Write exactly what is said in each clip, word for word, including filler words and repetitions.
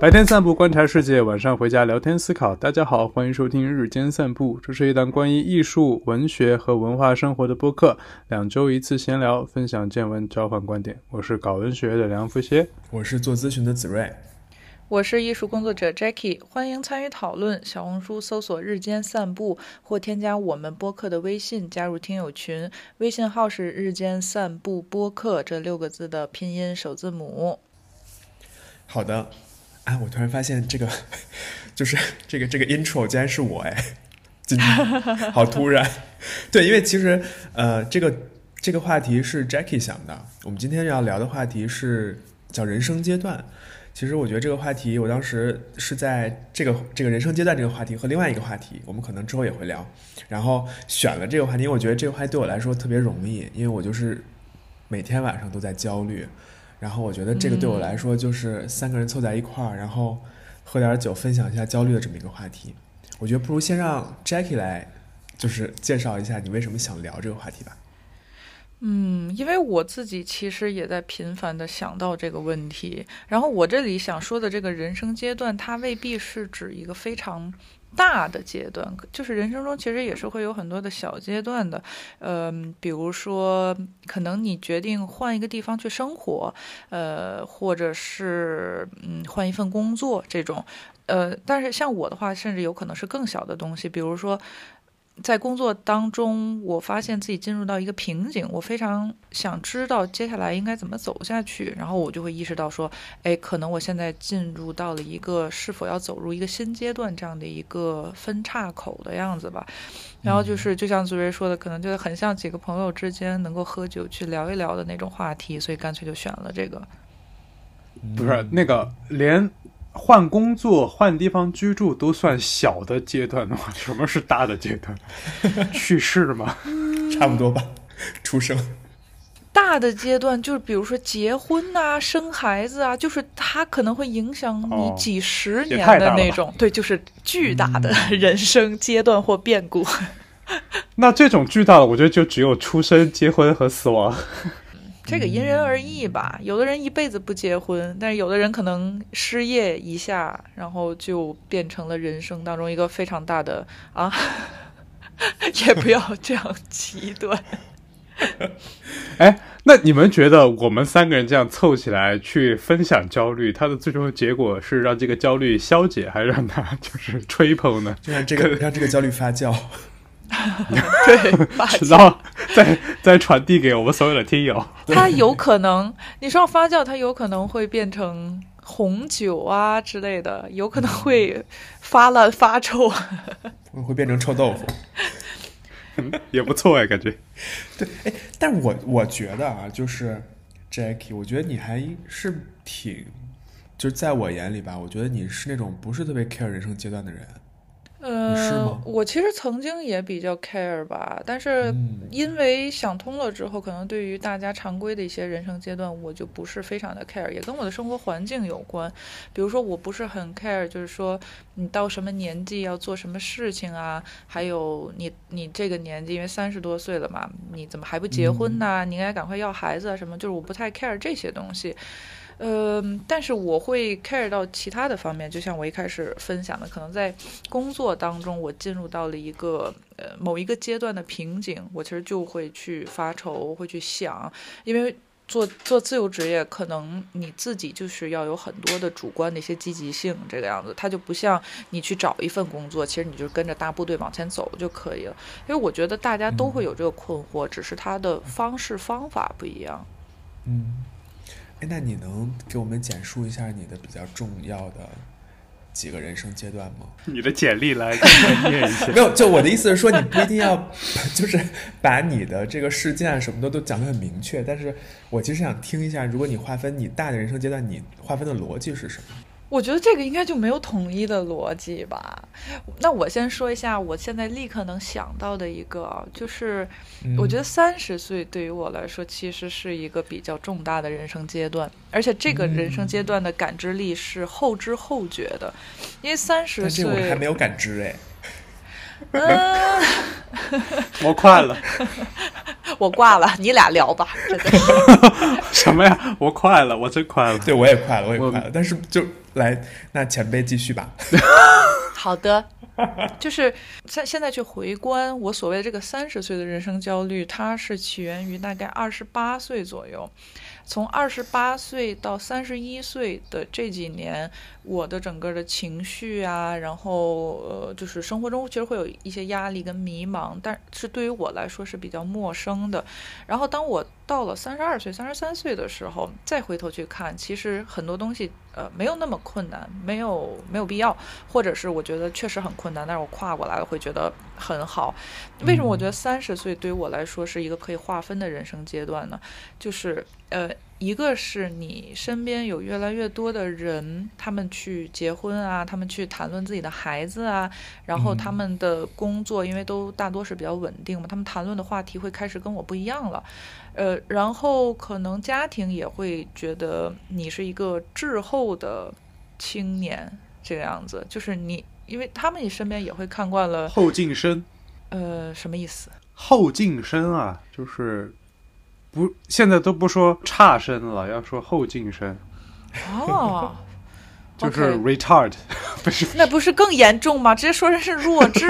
白天散步观察世界，晚上回家聊天思考。大家好，欢迎收听日间散步，这是一档关于艺术、文学和文化生活的播客，两周一次闲聊，分享见闻，交换观点。我是搞文学的梁福歇， 我是做咨询的子睿， 我是艺术工作者 Jackie， 欢迎参与讨论。小红书搜索日间散步，或添加我们播客的微信，加入听友群。微信号是日间散步播客这六个字的拼音首字母。 好的，哎，我突然发现这个就是这个这个 intro 竟然是我哎，今天好突然。对，因为其实呃这个这个话题是 Jackie 想的，我们今天要聊的话题是叫人生阶段。其实我觉得这个话题，我当时是在这个这个人生阶段这个话题和另外一个话题，我们可能之后也会聊。然后选了这个话题，因为我觉得这个话题对我来说特别容易，因为我就是每天晚上都在焦虑。然后我觉得这个对我来说就是三个人凑在一块儿，然后喝点酒，分享一下焦虑的这么一个话题。我觉得不如先让 Jackie 来，就是介绍一下你为什么想聊这个话题吧。 嗯，因为我自己其实也在频繁的想到这个问题，然后我这里想说的这个人生阶段，它未必是指一个非常大的阶段，就是人生中其实也是会有很多的小阶段的，呃，比如说可能你决定换一个地方去生活，呃，或者是嗯换一份工作这种，呃，但是像我的话，甚至有可能是更小的东西，比如说在工作当中，我发现自己进入到一个瓶颈，我非常想知道接下来应该怎么走下去，然后我就会意识到说，哎，可能我现在进入到了一个是否要走入一个新阶段这样的一个分岔口的样子吧。然后就是就像祖瑞说的，可能就是很像几个朋友之间能够喝酒去聊一聊的那种话题，所以干脆就选了这个。 不是那个连换工作换地方居住都算小的阶段的话，什么是大的阶段？去世吗？ 差不多吧，出生。 大的阶段就是比如说结婚啊生孩子啊，就是它可能会影响你几十年的那种、哦、对，就是巨大的人生阶段或变故、 嗯、那这种巨大的我觉得就只有出生结婚和死亡。 这个因人而异吧，有的人一辈子不结婚，但是有的人可能失业一下，然后就变成了人生当中一个非常大的啊，也不要这样极端。 哎，那你们觉得我们三个人这样凑起来去分享焦虑，它的最终结果是让这个焦虑消解，还是让它就是吹捧呢？ 就让这个让这个焦虑发酵。 对， 然后再再传递给我们所有的听友。 它有可能，你说发酵，它有可能会变成红酒啊之类的，有可能会发烂发臭， 会变成臭豆腐。 也不错哎，感觉。 对，哎，但我我觉得啊，就是 Jackie， 我觉得你还是挺，就是在我眼里吧，我觉得你是那种不是特别 care 人生阶段的人。 呃， 你是吗？ 我其实曾经也比较 care 吧，但是因为想通了之后，可能对于大家常规的一些人生阶段，我就不是非常的 care， 也跟我的生活环境有关。比如说，我不是很 care， 就是说你到什么年纪要做什么事情啊，还有你你这个年纪，因为三十多岁了嘛，你怎么还不结婚呢、啊？你应该赶快要孩子啊什么，就是我不太 care 这些东西。呃，但是我会 care 到其他的方面，就像我一开始分享的，可能在工作当中，我进入到了一个呃某一个阶段的瓶颈，我其实就会去发愁，会去想，因为做做自由职业，可能你自己就是要有很多的主观的一些积极性，这个样子，它就不像你去找一份工作，其实你就跟着大部队往前走就可以了。因为我觉得大家都会有这个困惑，只是它的方式方法不一样。 嗯。那你能给我们简述一下你的比较重要的几个人生阶段吗？ 你的简历来给我念一下。 没有，就我的意思是说，你不一定要就是把你的这个事件什么的都讲得很明确，但是我其实想听一下，如果你划分你大的人生阶段，你划分的逻辑是什么？ 我觉得这个应该就没有统一的逻辑吧。那我先说一下我现在立刻能想到的一个，就是我觉得三十岁对于我来说其实是一个比较重大的人生阶段，而且这个人生阶段的感知力是后知后觉的，因为三十岁， 但这我还没有感知哎。 嗯， 我快了。 我挂了，你俩聊吧，真的。 什么呀？我快了，我真快了。 对，我也快了，我也快了。但是就来，那前辈继续吧。 好的，就是现现在去回观我所谓的这个三十岁的人生焦虑，它是起源于大概二十八岁左右。从二十八岁到三十一岁的这几年，我的整个的情绪啊，然后呃，就是生活中其实会有一些压力跟迷茫，但是对于我来说是比较陌生的。然后当我到了三十二岁、三十三岁的时候，再回头去看，其实很多东西呃没有那么困难，没有没有必要，或者是我觉得确实很困难，但是我跨过来了会觉得很好。为什么我觉得三十岁对于我来说是一个可以划分的人生阶段呢？就是呃，一个是你身边有越来越多的人，他们去结婚啊，他们去谈论自己的孩子啊，然后他们的工作，因为都大多是比较稳定嘛，他们谈论的话题会开始跟我不一样了。呃，然后可能家庭也会觉得你是一个滞后的青年，这个样子，就是你，因为他们身边也会看惯了后进生。 呃，什么意思？ 后进生啊，就是不，现在都不说差生了，要说后进生。 哦， 就是 retard， 不是？ 那不是更严重吗？直接说成是弱智。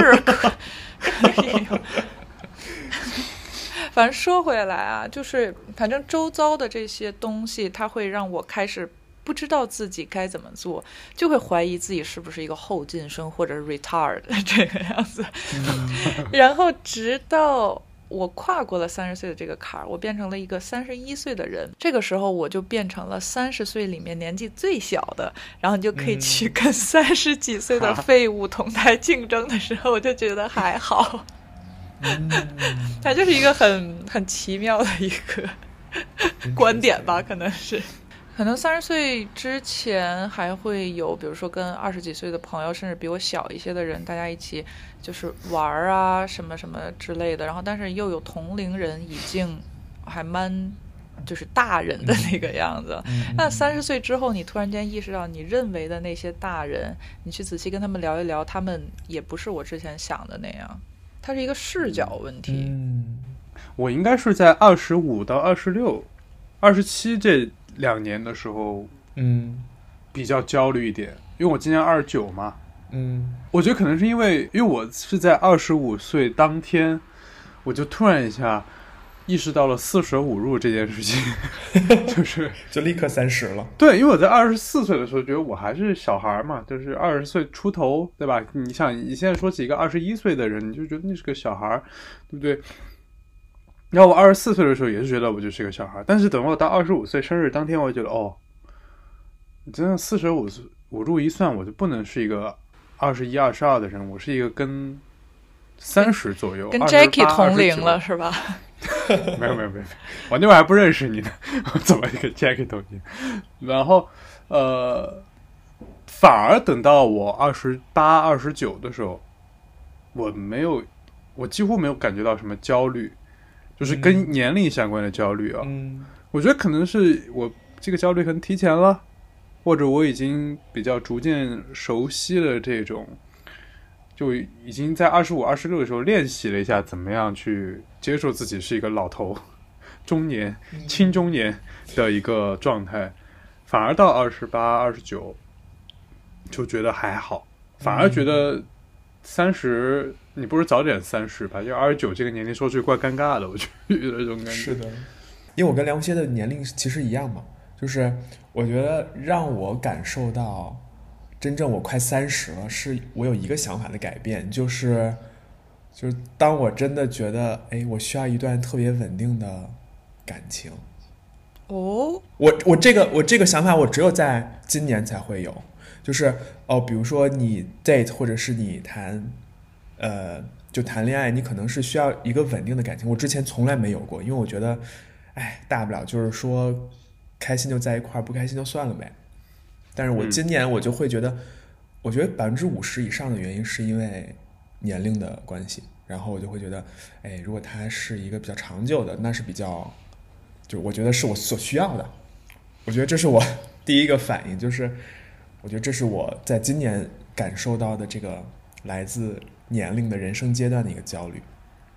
反正说回来啊，就是反正周遭的这些东西，它会让我开始不知道自己该怎么做，就会怀疑自己是不是一个后进生或者 retard 这个样子。然后直到我跨过了三十岁的这个坎儿，我变成了一个三十一岁的人，这个时候我就变成了三十岁里面年纪最小的，然后你就可以去跟三十几岁的废物同台竞争的时候，我就觉得还好。它就是一个很很奇妙的一个观点吧，可能是。可能三十岁之前还会有，比如说跟二十几岁的朋友，甚至比我小一些的人，大家一起就是玩啊，什么什么之类的。然后，但是又有同龄人已经还蛮就是大人的那个样子。那三十岁之后，你突然间意识到，你认为的那些大人，你去仔细跟他们聊一聊，他们也不是我之前想的那样。它是一个视角问题。 嗯，我应该是在二十五到二十六、二十七这两年的时候， 嗯， 比较焦虑一点，因为我今年二十九嘛。 嗯， 我觉得可能是因为，因为我是在二十五岁当天，我就突然一下意识到了四舍五入这件事情，就是就立刻三十了。 对，因为我在二十四岁的时候觉得我还是小孩嘛，就是二十岁出头，对吧？你想，你现在说起一个二十一岁的人，你就觉得那是个小孩，对不对？然后我二十四岁的时候也是觉得我就是个小孩，但是等我到二十五岁生日当天，我就觉得哦，真的四舍五五入一算，我就不能是一个二十一、二十二的人，我是一个跟三十左右， 跟 Jackie 同龄了是吧？ 没有没有没有，我那会儿还不认识你呢，我怎么跟 Jackie 同龄？然后呃，反而等到我二十八、二十九的时候，我没有，我几乎没有感觉到什么焦虑。就是跟年龄相关的焦虑啊， 嗯， 我觉得可能是我这个焦虑可能提前了，或者我已经比较逐渐熟悉了这种，就已经在二十五、二十六的时候练习了一下怎么样去接受自己是一个老头、中年、青中年的一个状态，反而到二十八、二十九就觉得还好，反而觉得三十。你不是早点三十吧？就二十九这个年龄说句怪尴尬的，我觉得有这种感觉。 是的，因为我跟梁无歇的年龄其实一样嘛，就是我觉得让我感受到真正我快三十了，是我有一个想法的改变，就是就是当我真的觉得，哎，我需要一段特别稳定的感情。 哦， 我我这个我这个想法，我只有在今年才会有，就是哦，比如说你 date 或者是你谈。呃，就谈恋爱，你可能是需要一个稳定的感情。我之前从来没有过，因为我觉得，哎，大不了就是说，开心就在一块儿，不开心就算了呗。但是我今年我就会觉得，嗯、我觉得百分之五十以上的原因是因为年龄的关系，然后我就会觉得，哎，如果它是一个比较长久的，那是比较，就我觉得是我所需要的。我觉得这是我第一个反应，就是我觉得这是我在今年感受到的这个来自年龄的人生阶段的一个焦虑。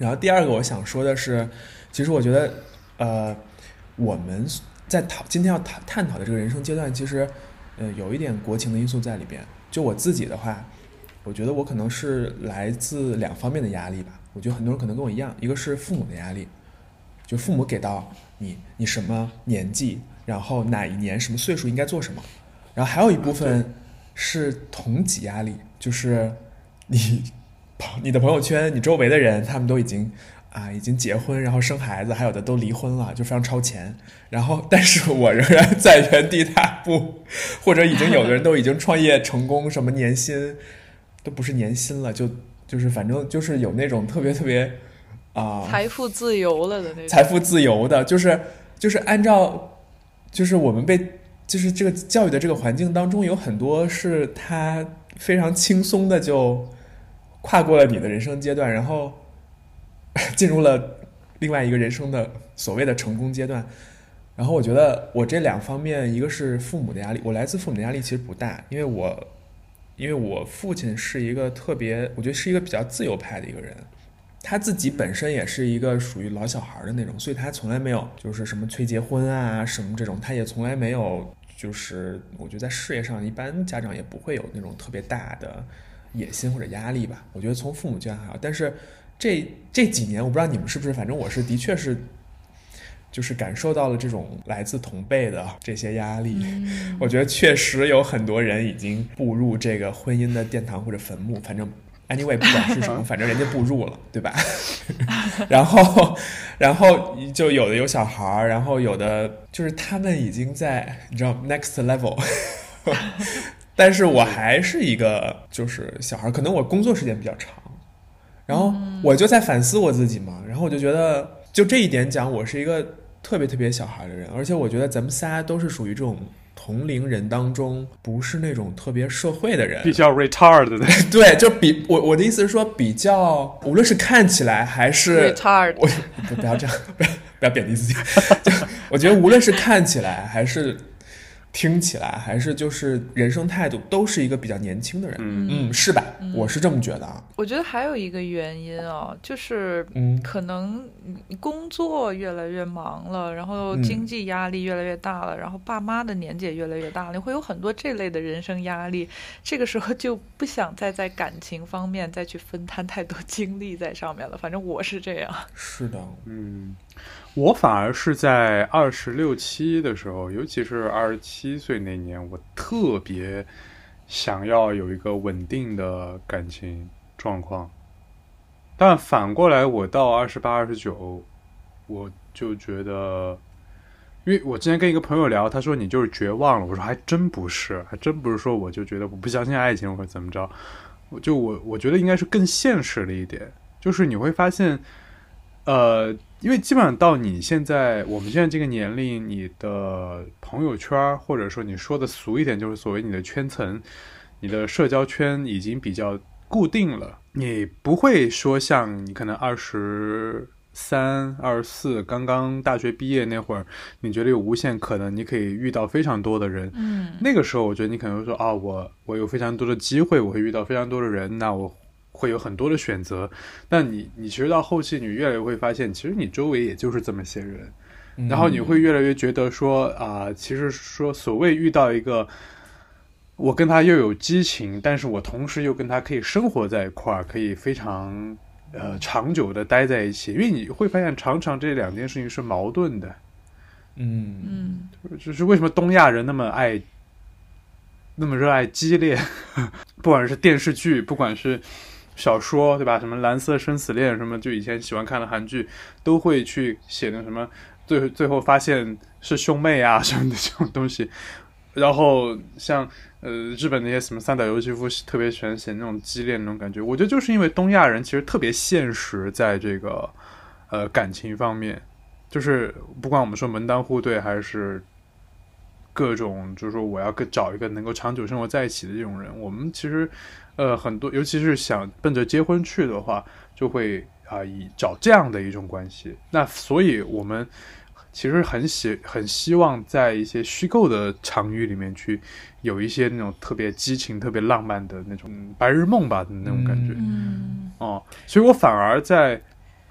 然后第二个我想说的是，其实我觉得呃我们在讨今天要探探讨的这个人生阶段，其实呃有一点国情的因素在里边。就我自己的话，我觉得我可能是来自两方面的压力吧。我觉得很多人可能跟我一样，一个是父母的压力，就父母给到你你什么年纪，然后哪一年什么岁数应该做什么，然后还有一部分是同级压力，就是你你的朋友圈，你周围的人他们都已经啊已经结婚，然后生孩子，还有的都离婚了，就非常超前。然后但是我仍然在原地踏步，或者已经有的人都已经创业成功，什么年薪都不是年薪了，就就是反正就是有那种特别特别啊、呃、 财富自由了的那种， 财富自由的，就是就是按照就是我们被就是这个教育的这个环境当中，有很多是他非常轻松的就跨过了你的人生阶段，然后进入了另外一个人生的所谓的成功阶段。然后我觉得我这两方面，一个是父母的压力，我来自父母的压力其实不大，因为我因为我父亲是一个特别，我觉得是一个比较自由派的一个人，他自己本身也是一个属于老小孩的那种，所以他从来没有就是什么催结婚啊什么这种，他也从来没有就是我觉得在事业上一般家长也不会有那种特别大的野心或者压力吧，我觉得从父母阶段还好。但是这这几年我不知道你们是不是，反正我是的确是就是感受到了这种来自同辈的这些压力、嗯、我觉得确实有很多人已经步入这个婚姻的殿堂或者坟墓，反正 anyway 不管是什么反正人家步入了对吧然后然后就有的有小孩，然后有的就是他们已经在你知道 next level 但是我还是一个就是小孩，可能我工作时间比较长，然后我就在反思我自己嘛，然后我就觉得就这一点讲，我是一个特别特别小孩的人，而且我觉得咱们仨都是属于这种同龄人当中不是那种特别社会的人， 比较 retard 的对，就比我我的意思是说比较无论是看起来还是 retard 我不不要这样不要不要贬低自己就我觉得无论是看起来还是听起来还是就是人生态度都是一个比较年轻的人，嗯嗯，是吧、嗯、我是这么觉得啊。 我觉得还有一个原因啊，就是可能工作越来越忙了，然后经济压力越来越大了、嗯、然后爸妈的年纪也越来越大了，你会有很多这类的人生压力，这个时候就不想再在感情方面再去分摊太多精力在上面了，反正我是这样。 是的， 嗯，我反而是在二十六七的时候，尤其是二十七岁那年，我特别想要有一个稳定的感情状况。但反过来，我到二十八、二十九，我就觉得，因为我之前跟一个朋友聊，他说你就是绝望了，我说还真不是，还真不是说我就觉得我不相信爱情或者怎么着，我就我我觉得应该是更现实的一点，就是你会发现。呃，因为基本上到你现在我们现在这个年龄，你的朋友圈或者说你说的俗一点就是所谓你的圈层，你的社交圈已经比较固定了，你不会说像你可能二十三、二十四刚刚大学毕业那会儿，你觉得有无限可能，你可以遇到非常多的人。嗯，那个时候我觉得你可能会说啊，我我有非常多的机会，我会遇到非常多的人，那我会有很多的选择。但你你其实到后期你越来越会发现，其实你周围也就是这么些人，嗯、然后你会越来越觉得说啊、呃，其实说所谓遇到一个我跟他又有激情，但是我同时又跟他可以生活在一块儿，可以非常呃长久的待在一起，因为你会发现常常这两件事情是矛盾的。 嗯嗯，就是为什么东亚人那么爱那么热爱激烈，不管是电视剧，不管是小说，对吧？什么蓝色生死恋，什么就以前喜欢看的韩剧，都会去写那什么最最后发现是兄妹啊什么的这种东西。然后像呃日本那些什么三岛由纪夫特别喜欢写那种激烈那种感觉，我觉得就是因为东亚人其实特别现实，在这个呃感情方面，就是不管我们说门当户对还是各种就是说我要找一个能够长久生活在一起的这种人，我们其实呃很多尤其是想奔着结婚去的话，就会啊、呃、以找这样的一种关系。那所以我们其实很希很希望在一些虚构的场域里面去有一些那种特别激情特别浪漫的那种白日梦吧的那种感觉。嗯，哦，所以我反而在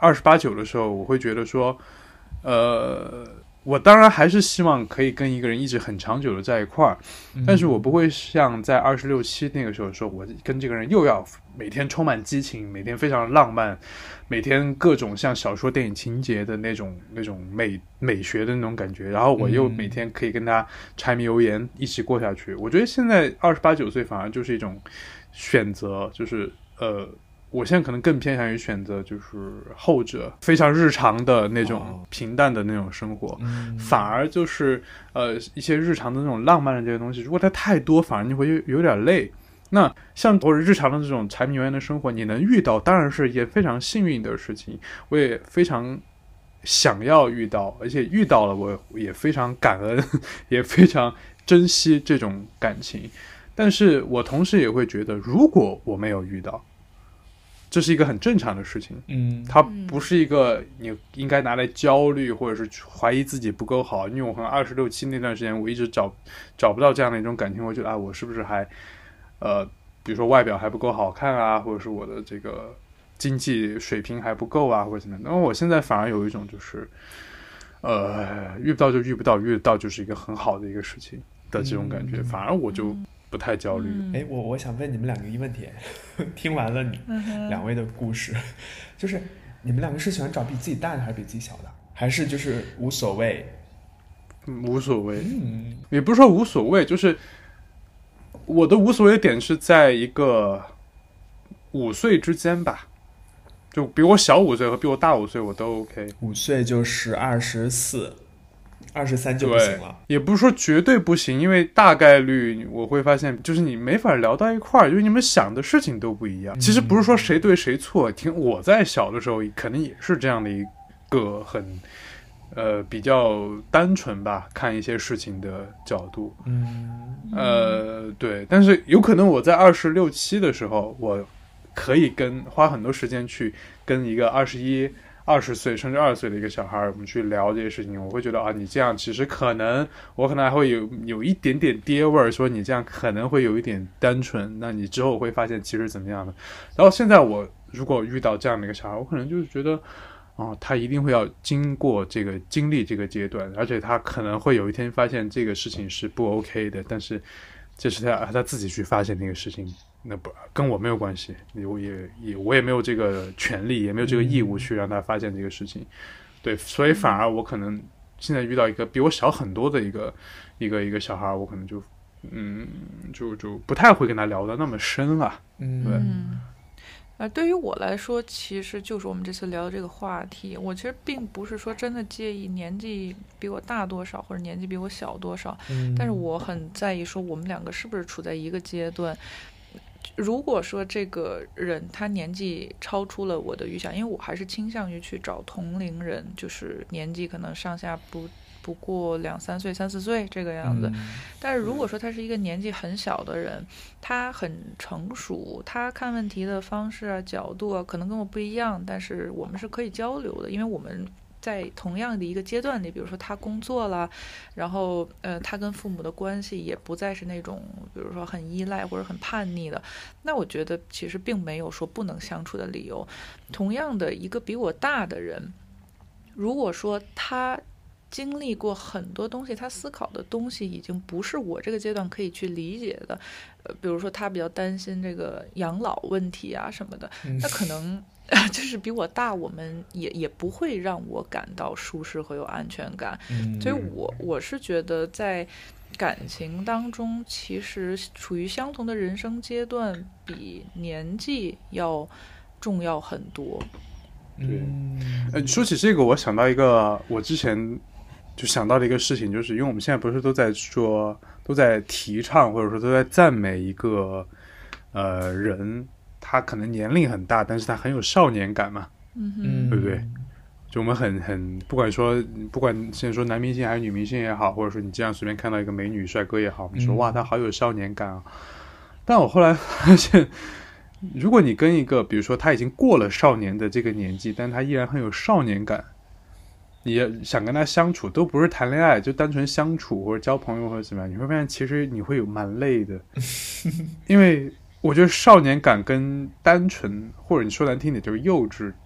二十八九的时候，我会觉得说，呃，我当然还是希望可以跟一个人一直很长久的在一块儿，但是我不会像在二十六七那个时候说，我跟这个人又要每天充满激情，每天非常浪漫，每天各种像小说电影情节的那种那种美美学的那种感觉，然后我又每天可以跟他柴米油盐一起过下去。我觉得现在二十八九岁反而就是一种选择，就是呃。我现在可能更偏向于选择就是后者，非常日常的那种平淡的那种生活，哦嗯、反而就是呃一些日常的那种浪漫的这些东西，如果它太多，反而你会 有, 有点累。那像我日常的这种柴米油盐的生活，你能遇到，当然是也非常幸运的事情，我也非常想要遇到，而且遇到了，我也非常感恩，也非常珍惜这种感情。但是我同时也会觉得，如果我没有遇到，这是一个很正常的事情， 嗯， 它不是一个你应该拿来焦虑或者是怀疑自己不够好。因为我可能二十六七那段时间，我一直找找不到这样的一种感情，我觉得啊，我是不是还呃，比如说外表还不够好看啊，或者是我的这个经济水平还不够啊，或者怎么样。那我现在反而有一种就是，呃，遇不到就遇不到，遇得到就是一个很好的一个事情的这种感觉，嗯、反而我就不太焦虑。 哎、嗯，我我想问你们两个一个问题，听完了你两位的故事，嗯、就是你们两个是喜欢找比自己大的还是比自己小的，还是就是无所谓？ 嗯、无所谓， 嗯， 也不是说无所谓，就是我的无所谓的点是在一个五岁之间吧，就比我小五岁和比我大五岁我都 OK。 五岁就是二十四。二十三就不行了， 也不是说绝对不行，因为大概率我会发现，就是你没法聊到一块儿，因为你们想的事情都不一样。其实不是说谁对谁错，听我在小的时候可能也是这样的一个很呃比较单纯吧，看一些事情的角度。 嗯， 呃，对，但是有可能我在二十六七的时候，我可以跟花很多时间去跟一个二十一。二十岁甚至二十岁的一个小孩，我们去聊这些事情，我会觉得啊，你这样其实可能，我可能还会有有一点点爹味儿，说你这样可能会有一点单纯，那你之后会发现其实怎么样的。然后现在我如果遇到这样的一个小孩，我可能就是觉得，哦，他一定会要经过这个经历这个阶段，而且他可能会有一天发现这个事情是不 OK 的，但是这是他他自己去发现那个事情。那不跟我没有关系，我也也我也没有这个权利，也没有这个义务去让他发现这个事情。对，所以反而我可能现在遇到一个比我小很多的一个一个一个小孩，我可能就嗯就就不太会跟他聊得那么深了。 嗯， 对。 嗯呃，对于我来说，其实就是我们这次聊的这个话题，我其实并不是说真的介意年纪比我大多少或者年纪比我小多少， 嗯、 但是我很在意说我们两个是不是处在一个阶段。如果说这个人他年纪超出了我的预想，因为我还是倾向于去找同龄人，就是年纪可能上下不不过两三岁三四岁这个样子、 嗯、 但是如果说他是一个年纪很小的人，他很成熟，他看问题的方式啊角度啊可能跟我不一样，但是我们是可以交流的，因为我们在同样的一个阶段里，比如说他工作了，然后呃，他跟父母的关系也不再是那种比如说很依赖或者很叛逆的，那我觉得其实并没有说不能相处的理由。同样的一个比我大的人，如果说他经历过很多东西，他思考的东西已经不是我这个阶段可以去理解的，呃，比如说他比较担心这个养老问题啊什么的，那可能就是比我大，我们也也不会让我感到舒适和有安全感。 嗯、 所以我我是觉得在感情当中，其实处于相同的人生阶段，比年纪要重要很多。 对，呃，说起这个，我想到一个，我之前就想到的一个事情，就是因为我们现在不是都在说，都在提倡或者说都在赞美一个呃人，他可能年龄很大，但是他很有少年感嘛， 嗯， 对不对？就我们很很不管说不管现在说男明星还是女明星也好，或者说你这样随便看到一个美女帅哥也好，你说哇他好有少年感啊，但我后来发现。如果你跟一个比如说他已经过了少年的这个年纪，但他依然很有少年感，你想跟他相处都不是谈恋爱，就单纯相处或者交朋友或者怎么样，你会发现其实你会有蛮累的因为我觉得少年感跟单纯或者你说难听点就是幼稚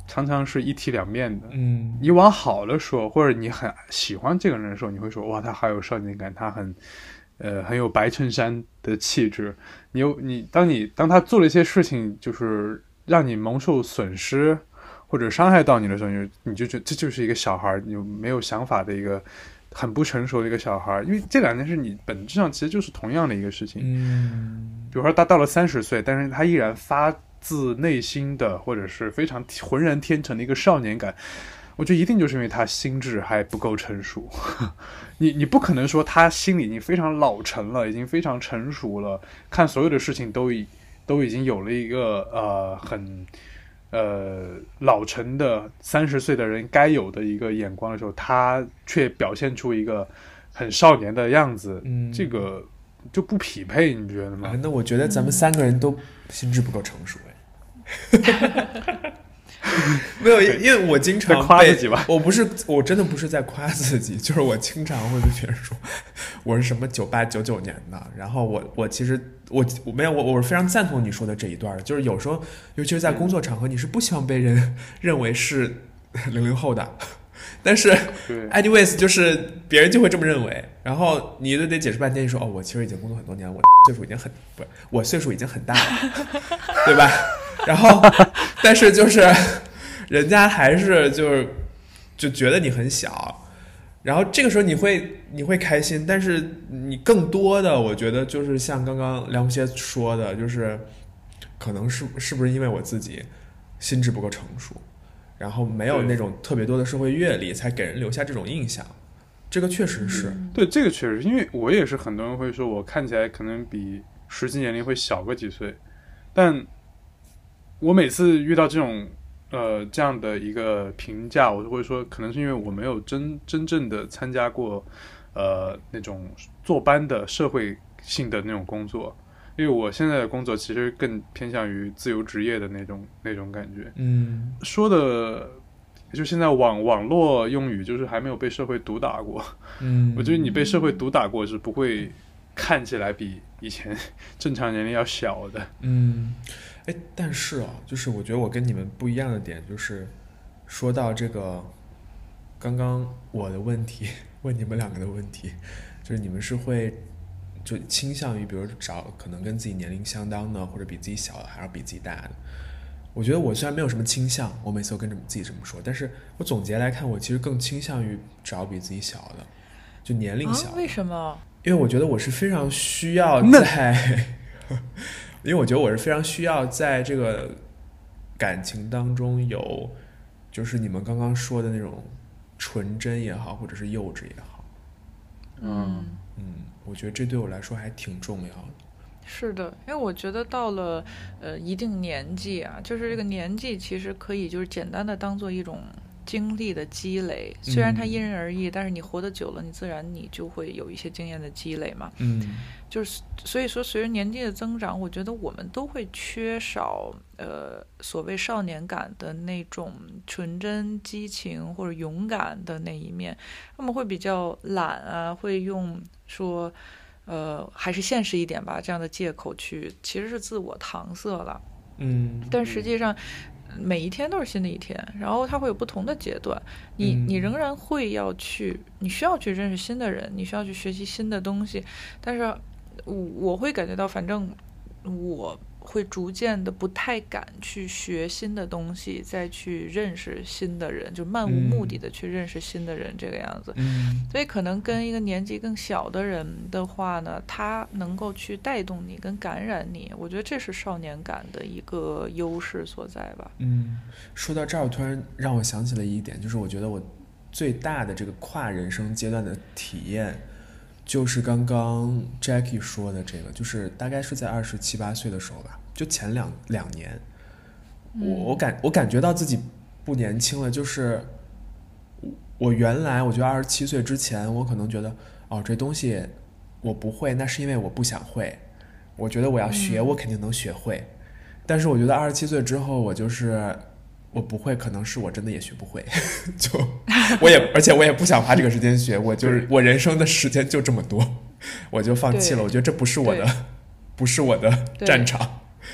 常常是一体两面的。 嗯， 你往好了说，或者你很喜欢这个人的时候，你会说哇，他好有少年感，他很呃很有白衬衫的气质。你有你当你当他做了一些事情，就是让你蒙受损失或者伤害到你的时候，你就你就觉得这就是一个小孩，你没有想法的一个很不成熟的一个小孩。因为这两件事你本质上其实就是同样的一个事情。 嗯， 比如说他到了三十岁，但是他依然发自内心的或者是非常浑然天成的一个少年感，我觉得一定就是因为他心智还不够成熟。你你不可能说他心里已经非常老成了，已经非常成熟了，看所有的事情都已都已经有了一个呃很呃老成的三十岁的人该有的一个眼光的时候，他却表现出一个很少年的样子， 嗯， 这个就不匹配，你觉得吗？ 啊，那我觉得咱们三个人都心智不够成熟哎。没有，因为我经常夸自己吧。 我不是，我真的不是在夸自己，就是我经常会被别人说我是什么九八九九年的，然后我我其实我我没有我我是非常赞同你说的这一段的，就是有时候尤其是在工作场合，你是不希望被人认为是零零后的。但是 anyways 就是别人就会这么认为，然后你就得解释半天，你说哦，我其实已经工作很多年了，我岁数已经很不是我岁数已经很大了，对吧？然后但是就是人家还是就是就觉得你很小，然后这个时候你会你会开心，但是你更多的我觉得就是像刚刚梁红歇说的，就是可能是是不是因为我自己心智不够成熟，然后没有那种特别多的社会阅历，才给人留下这种印象。这个确实是、 嗯、对，这个确实，因为我也是很多人会说我看起来可能比实际年龄会小个几岁，但我每次遇到这种呃这样的一个评价，我就会说可能是因为我没有真真正的参加过呃那种坐班的社会性的那种工作。因为我现在的工作其实更偏向于自由职业的那种那种感觉， 嗯， 说的就现在网网络用语就是还没有被社会毒打过， 嗯， 我觉得你被社会毒打过是不会看起来比以前正常年龄要小的， 嗯，哎，但是啊，就是我觉得我跟你们不一样的点就是说到这个刚刚我的问题，问你们两个的问题，就是你们是会。就倾向于比如找可能跟自己年龄相当的或者比自己小的还是比自己大的。我觉得我虽然没有什么倾向，我每次都跟着自己这么说，但是我总结来看，我其实更倾向于找比自己小的，就年龄小的、 啊、为什么？ 因为我觉得我是非常需要在因为我觉得我是非常需要在这个感情当中有就是你们刚刚说的那种纯真也好或者是幼稚也好。 嗯嗯，我觉得这对我来说还挺重要的。 是的，因为我觉得到了呃一定年纪啊，就是这个年纪其实可以就是简单的当做一种经历的积累，虽然它因人而异、嗯、但是你活得久了，你自然你就会有一些经验的积累嘛。 嗯， 就是所以说随着年纪的增长，我觉得我们都会缺少呃所谓少年感的那种纯真激情或者勇敢的那一面，他们会比较懒啊，会用说呃还是现实一点吧这样的借口去其实是自我搪塞了。 嗯， 但实际上每一天都是新的一天，然后它会有不同的阶段，你你仍然会要去，你需要去认识新的人，你需要去学习新的东西，但是我会感觉到反正我会逐渐的不太敢去学新的东西，再去认识新的人，就漫无目的的去认识新的人、嗯、这个样子。 嗯， 所以可能跟一个年纪更小的人的话呢，他能够去带动你跟感染你，我觉得这是少年感的一个优势所在吧。 嗯，说到这儿我突然让我想起了一点，就是我觉得我最大的这个跨人生阶段的体验就是刚刚 Jackie 说的这个，就是大概是在二十七八岁的时候吧，就前两两年，我我感我感觉到自己不年轻了，就是我原来我觉得二十七岁之前，我可能觉得哦这东西我不会，那是因为我不想会，我觉得我要学，我肯定能学会，但是我觉得二十七岁之后，我就是我不会，可能是我真的也学不会，就我也而且我也不想花这个时间学，我就是我人生的时间就这么多，我就放弃了。我觉得这不是我的，不是我的战场。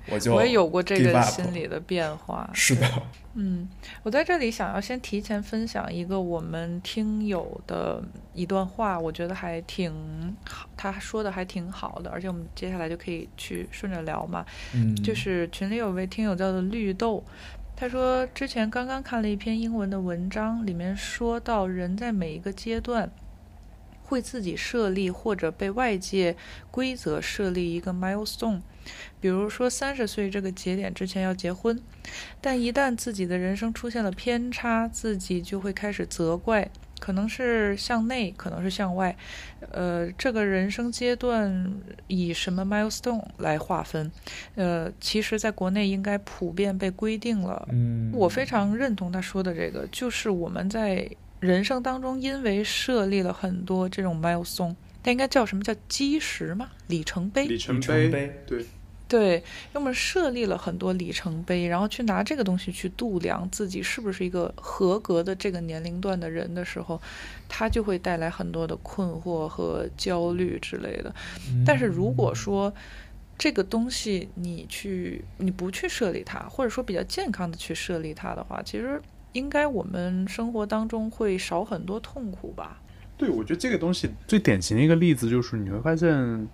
我就我也有过这个 give up 心理的变化。 是的， 嗯，我在这里想要先提前分享一个我们听友的一段话，我觉得还挺好，他说的还挺好的，而且我们接下来就可以去顺着聊嘛。 嗯， 就是群里有位听友叫做绿豆，他说之前刚刚看了一篇英文的文章，里面说到人在每一个阶段会自己设立或者被外界规则设立一个 milestone， 比如说三十岁这个节点之前要结婚，但一旦自己的人生出现了偏差，自己就会开始责怪，可能是向内，可能是向外，呃，这个人生阶段以什么 milestone 来划分？呃，其实在国内应该普遍被规定了。 嗯， 我非常认同他说的这个，就是我们在人生当中因为设立了很多这种 milestone， 它应该叫什么叫基石吗？里程碑？ 里程里程碑碑，对。 对，我们设立了很多里程碑，然后去拿这个东西去度量自己是不是一个合格的这个年龄段的人的时候，它就会带来很多的困惑和焦虑之类的。但是如果说这个东西你去你不去设立它，或者说比较健康的去设立它的话，其实应该我们生活当中会少很多痛苦吧。 对，我觉得这个东西最典型的一个例子就是你会发现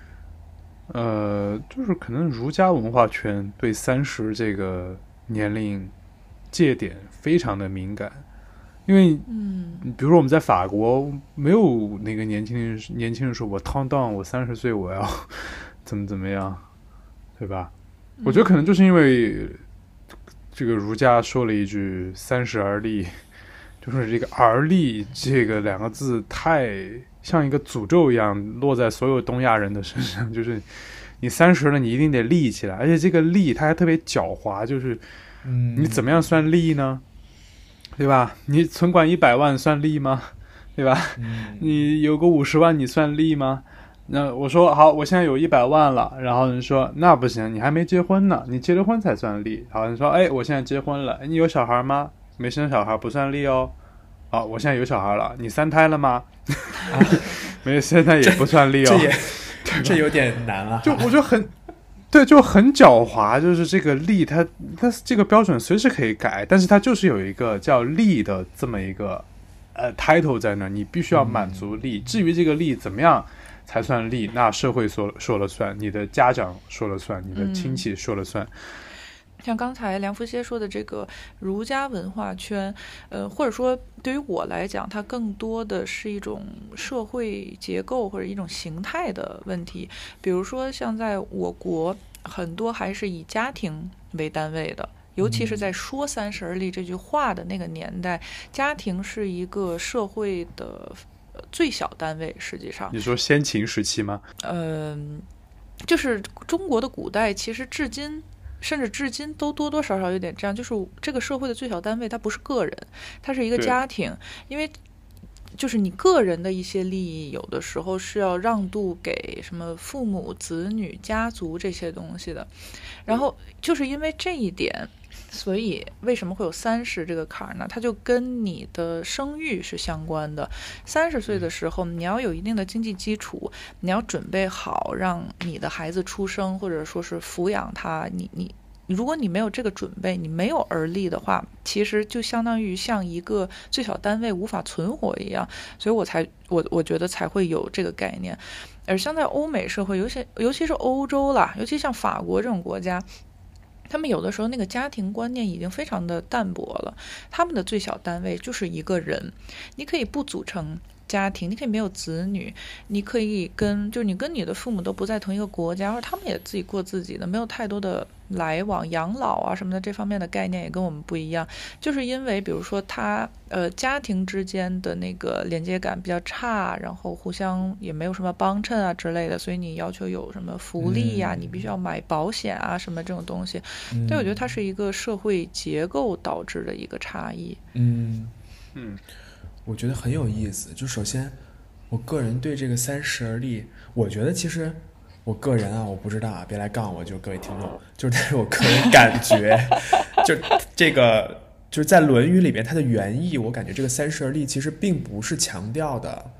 呃，就是可能儒家文化圈对三十这个年龄界点非常的敏感，因为， 嗯， 比如说我们在法国没有那个年轻人年轻人说我count down我三十岁我要怎么怎么样，对吧？我觉得可能就是因为这个儒家说了一句三十而立，就是这个而立这个两个字太像一个诅咒一样落在所有东亚人的身上，就是你三十了你一定得立起来，而且这个立它还特别狡猾，就是你怎么样算立呢？对吧？你存款一百万算立吗？对吧？你有个五十万你算立吗？那我说好，我现在有一百万了，然后你说那不行，你还没结婚呢，你结了婚才算立。好，你说哎，我现在结婚了，你有小孩吗？没生小孩不算立哦。好，我现在有小孩了，你三胎了吗？啊、没生，那也不算立哦。 这也这有点难了。 就我觉得很对，就很狡猾，就是这个立它它这个标准随时可以改，但是它就是有一个叫立的这么一个呃 title 在那儿，你必须要满足立。嗯、至于这个立怎么样才算立，那社会说说了算，你的家长说了算，你的亲戚说了算。嗯， 像刚才梁福歇说的这个儒家文化圈，呃，或者说对于我来讲，它更多的是一种社会结构或者一种形态的问题。比如说，像在我国，很多还是以家庭为单位的，尤其是在说三十而立这句话的那个年代，家庭是一个社会的最小单位。实际上， 你说先秦时期吗？ 嗯、呃，就是中国的古代，其实至今。甚至至今都多多少少有点这样，就是这个社会的最小单位它不是个人，它是一个家庭。因为就是你个人的一些利益有的时候是要让渡给什么父母子女家族这些东西的，然后就是因为这一点，所以为什么会有三十这个坎儿呢？它就跟你的生育是相关的。三十岁的时候，你要有一定的经济基础，你要准备好让你的孩子出生，或者说是抚养他。你你如果你没有这个准备，你没有而立的话，其实就相当于像一个最小单位无法存活一样。所以我才我我觉得才会有这个概念。而像在欧美社会，尤其尤其是欧洲啦，尤其像法国这种国家。他们有的时候那个家庭观念已经非常的淡薄了，他们的最小单位就是一个人，你可以不组成家庭，你可以没有子女，你可以跟就是你跟你的父母都不在同一个国家，或者他们也自己过自己的，没有太多的来往，养老啊什么的这方面的概念也跟我们不一样。就是因为比如说他呃家庭之间的那个连接感比较差，然后互相也没有什么帮衬啊之类的，所以你要求有什么福利呀、啊嗯、你必须要买保险啊什么这种东西。嗯、对，我觉得它是一个社会结构导致的一个差异。 嗯嗯，我觉得很有意思。就首先我个人对这个三十而立，我觉得其实我个人啊，我不知道啊，别来杠我，就各位听众，就是但是我个人感觉，就这个就是在《论语》里边它的原意，我感觉这个三十而立其实并不是强调的，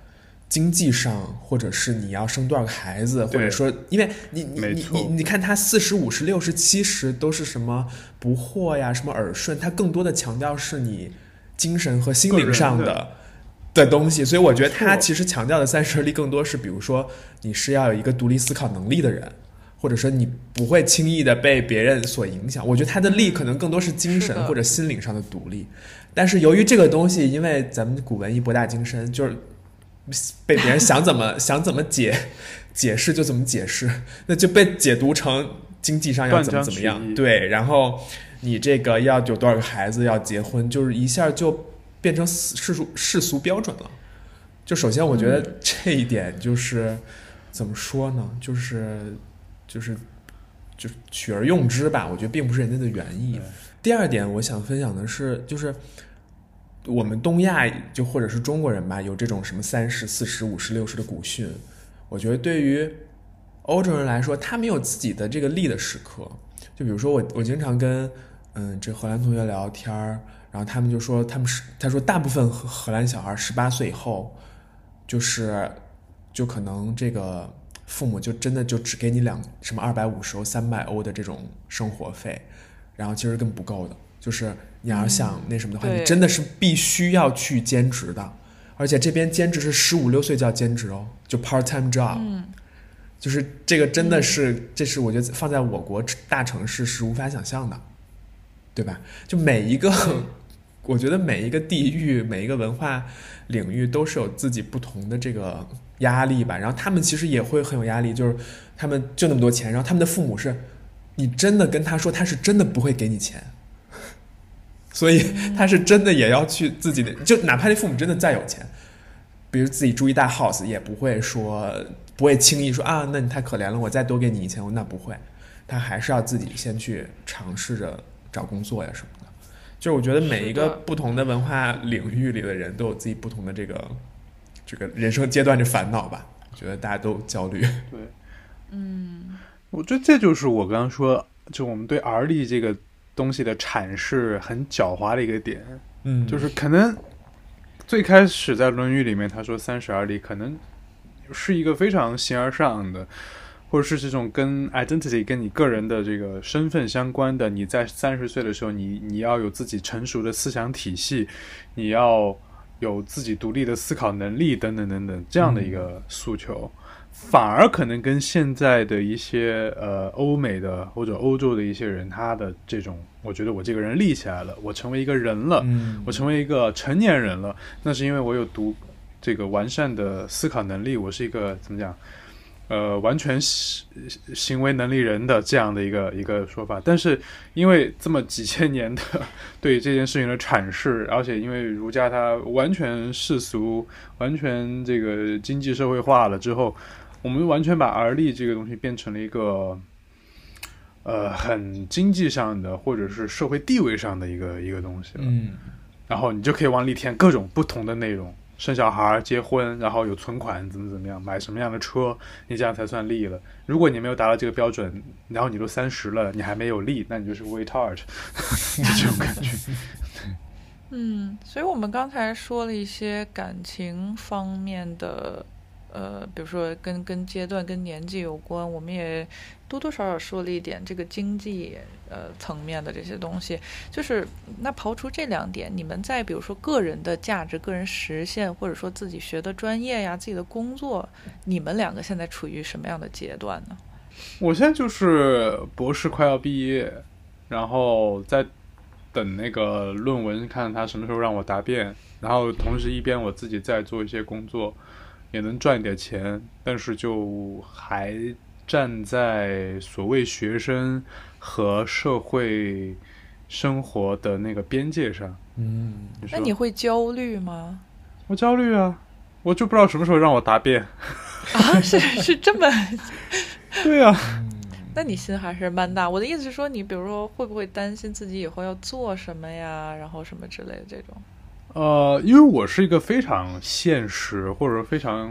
经济上，或者是你要生多少个孩子，或者说，因为你你你你你看他四十五十六十七十都是什么不惑呀，什么耳顺，他更多的强调是你精神和心灵上的的东西，所以我觉得他其实强调的三十而立更多是，比如说你是要有一个独立思考能力的人，或者说你不会轻易的被别人所影响。我觉得他的力可能更多是精神或者心灵上的独立，但是由于这个东西，因为咱们古文艺博大精深，就是被别人想怎么想怎么解解释就怎么解释，那就被解读成经济上要怎么怎么样，对，然后你这个要有多少个孩子，要结婚，就是一下就变成世俗世俗标准了。就首先我觉得这一点就是、嗯、怎么说呢，就是就是就是取而用之吧，我觉得并不是人家的原意。第二点我想分享的是，就是我们东亚就或者是中国人吧，有这种什么三十四十五十六十的古训，我觉得对于欧洲人来说，他没有自己的这个立的时刻。就比如说我我经常跟嗯这荷兰同学聊天，然后他们就说他们是他说大部分荷兰小孩十八岁以后，就是就可能这个父母就真的就只给你两什么二百五十欧三百欧的这种生活费，然后其实根本不够的。就是你要想那什么的话、嗯、你真的是必须要去兼职的，而且这边兼职是十五六岁就要兼职哦，就 part time job、嗯、就是这个真的是、嗯、这是我觉得放在我国大城市是无法想象的，对吧？就每一个我觉得每一个地域每一个文化领域都是有自己不同的这个压力吧，然后他们其实也会很有压力，就是他们就那么多钱，然后他们的父母是你真的跟他说他是真的不会给你钱，所以他是真的也要去自己的，就哪怕那父母真的再有钱，比如自己住一大 house 也不会说不会轻易说啊那你太可怜了我再多给你一千，那不会，他还是要自己先去尝试着找工作呀什么的。就是我觉得每一个不同的文化领域里的人都有自己不同的这个这个人生阶段的烦恼吧，我觉得大家都焦虑。 对， 嗯， 我觉得这就是我刚刚说就我们对而立这个东西的阐释很狡猾的一个点， 嗯， 就是可能最开始在《论语》里面他说三十而立，可能是一个非常形而上的，或者是这种跟 identity 跟你个人的这个身份相关的，你在三十岁的时候你你要有自己成熟的思想体系，你要有自己独立的思考能力等等等等这样的一个诉求、嗯、反而可能跟现在的一些呃欧美的或者欧洲的一些人，他的这种我觉得我这个人立起来了，我成为一个人了、嗯、我成为一个成年人了，那是因为我有独这个完善的思考能力，我是一个怎么讲呃，完全行为能力人的这样的一个一个说法。但是因为这么几千年的对这件事情的阐释，而且因为儒家它完全世俗完全这个经济社会化了之后，我们完全把而立这个东西变成了一个呃很经济上的或者是社会地位上的一个一个东西了。 嗯， 然后你就可以往里填各种不同的内容，生小孩结婚然后有存款怎么怎么样，买什么样的车，你这样才算立了。如果你没有达到这个标准，然后你都三十了你还没有立，那你就是 retard 这种感觉。 嗯，所以我们刚才说了一些感情方面的呃，比如说跟跟阶段跟年纪有关，我们也多多少少说了一点这个经济呃层面的这些东西。就是那刨除这两点，你们在比如说个人的价值个人实现，或者说自己学的专业呀自己的工作，你们两个现在处于什么样的阶段呢？ 我现在就是博士快要毕业，然后在等那个论文看他什么时候让我答辩，然后同时一边我自己在做一些工作，也能赚一点钱，但是就还站在所谓学生和社会生活的那个边界上。 嗯， 那你会焦虑吗？ 我焦虑啊，我就不知道什么时候让我答辩啊，是是这么对啊， 那你心还是蛮大。我的意思是说，你比如说会不会担心自己以后要做什么呀，然后什么之类的这种？ 呃，因为我是一个非常现实或者非常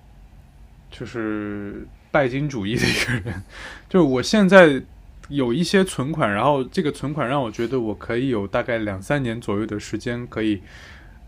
就是拜金主义的一个人，就是我现在有一些存款，然后这个存款让我觉得我可以有大概两三年左右的时间可以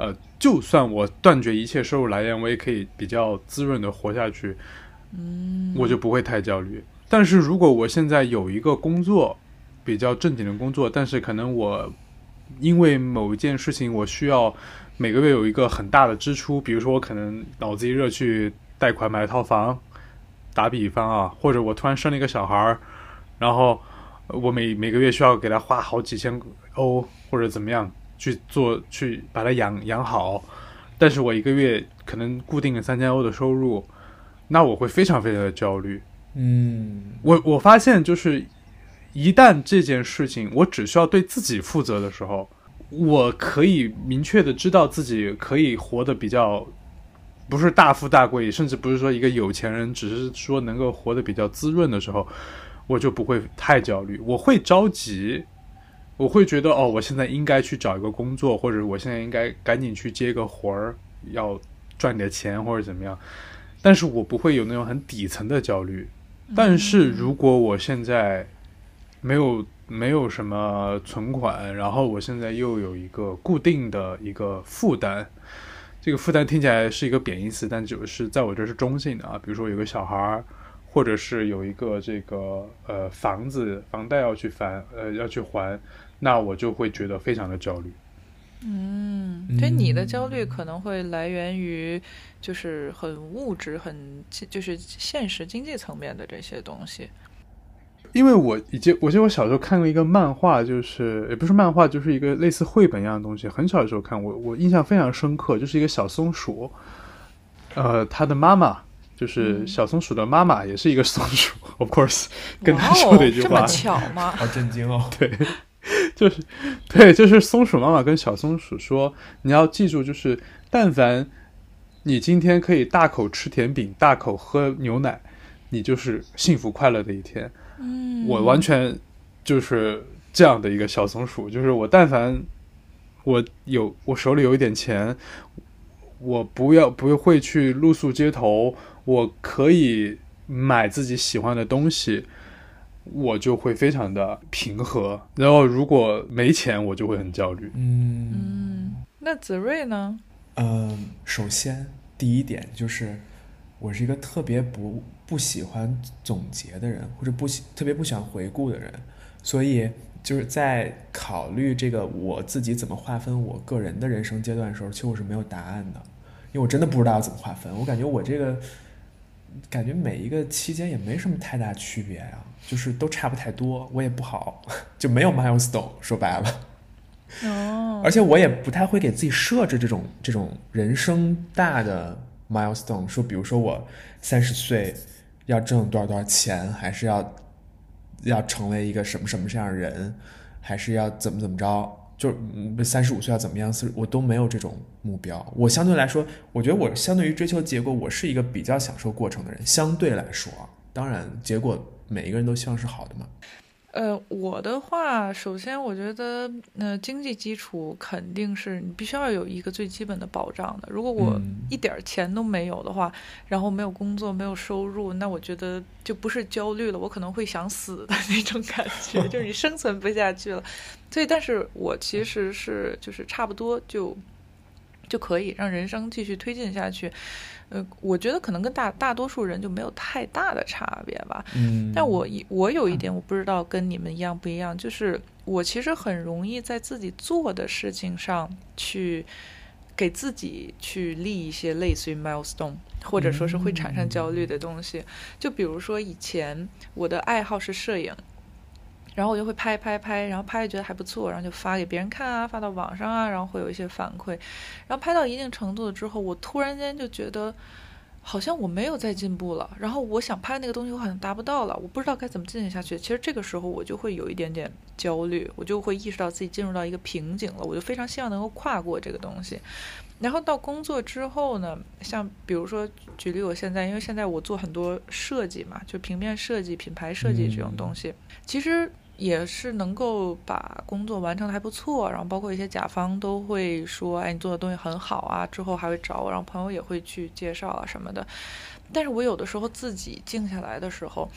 呃，就算我断绝一切收入来源，我也可以比较滋润的活下去， 嗯， 我就不会太焦虑。但是如果我现在有一个工作，比较正经的工作，但是可能我因为某一件事情我需要每个月有一个很大的支出，比如说我可能脑子一热去贷款买套房，打比方啊，或者我突然生了一个小孩，然后我每每个月需要给他花好几千欧或者怎么样去做，去把他养养好，但是我一个月可能固定的三千欧的收入，那我会非常非常的焦虑。 嗯， 我我发现就是一旦这件事情我只需要对自己负责的时候，我可以明确的知道自己可以活得比较不是大富大贵，甚至不是说一个有钱人，只是说能够活得比较滋润的时候，我就不会太焦虑。我会着急，我会觉得哦，我现在应该去找一个工作，或者我现在应该赶紧去接个活儿，要赚点钱或者怎么样，但是我不会有那种很底层的焦虑。但是如果我现在没有没有什么存款，然后我现在又有一个固定的一个负担，这个负担听起来是一个贬义词，但就是在我这是中性的啊。比如说有个小孩，或者是有一个这个呃房子房贷要去还呃要去还，那我就会觉得非常的焦虑。 嗯，所以你的焦虑可能会来源于就是很物质、很就是现实经济层面的这些东西。 因为我以前我记得我小时候看过一个漫画，就是也不是漫画，就是一个类似绘本一样的东西，很小的时候看，我我印象非常深刻，就是一个小松鼠，呃，他的妈妈就是小松鼠的妈妈也是一个松鼠、嗯、，of course， 跟他说的一句话， 这么巧吗？ 好震惊哦！ 对，就是对，就是松鼠妈妈跟小松鼠说，你要记住，就是但凡你今天可以大口吃甜饼，大口喝牛奶，你就是幸福快乐的一天。 嗯， 我完全就是这样的一个小松鼠，就是我但凡我有我手里有一点钱，我不要不会去露宿街头，我可以买自己喜欢的东西，我就会非常的平和。然后如果没钱，我就会很焦虑。 嗯嗯，那子睿呢？ 嗯，首先第一点就是我是一个特别不不喜欢总结的人，或者不喜特别不喜欢回顾的人，所以就是在考虑这个我自己怎么划分我个人的人生阶段的时候，其实我是没有答案的，因为我真的不知道要怎么划分。我感觉我这个感觉每一个期间也没什么太大区别呀、啊，就是都差不太多，我也不好就没有 milestone， 说白了。 哦， 而且我也不太会给自己设置这种这种人生大的 milestone， 说比如说我三十岁要挣多少多少钱，还是要要成为一个什么什么这样的人，还是要怎么怎么着，就三十五岁要怎么样，我都没有这种目标。我相对来说，我觉得我相对于追求结果，我是一个比较享受过程的人，相对来说，当然结果每一个人都希望是好的嘛。 呃，我的话，首先我觉得，呃，经济基础肯定是你必须要有一个最基本的保障的。如果我一点钱都没有的话，嗯、然后没有工作，没有收入，那我觉得就不是焦虑了，我可能会想死的那种感觉，就是你生存不下去了。所以，但是我其实是就是差不多就就可以让人生继续推进下去。呃，我觉得可能跟大大多数人就没有太大的差别吧。 嗯， 但我我有一点我不知道跟你们一样不一样，就是我其实很容易在自己做的事情上去给自己去立一些类似于 milestone， 或者说是会产生焦虑的东西。就比如说以前我的爱好是摄影。然后我就会拍拍拍，然后拍觉得还不错，然后就发给别人看啊，发到网上啊，然后会有一些反馈。然后拍到一定程度了之后，我突然间就觉得好像我没有再进步了，然后我想拍那个东西我好像达不到了，我不知道该怎么进行下去。其实这个时候我就会有一点点焦虑，我就会意识到自己进入到一个瓶颈了，我就非常希望能够跨过这个东西。然后到工作之后呢，像比如说举例我现在，因为现在我做很多设计嘛，就平面设计、品牌设计这种东西，嗯、其实也是能够把工作完成的还不错，然后包括一些甲方都会说，哎，你做的东西很好啊，之后还会找我，然后朋友也会去介绍啊什么的。但是我有的时候自己静下来的时候，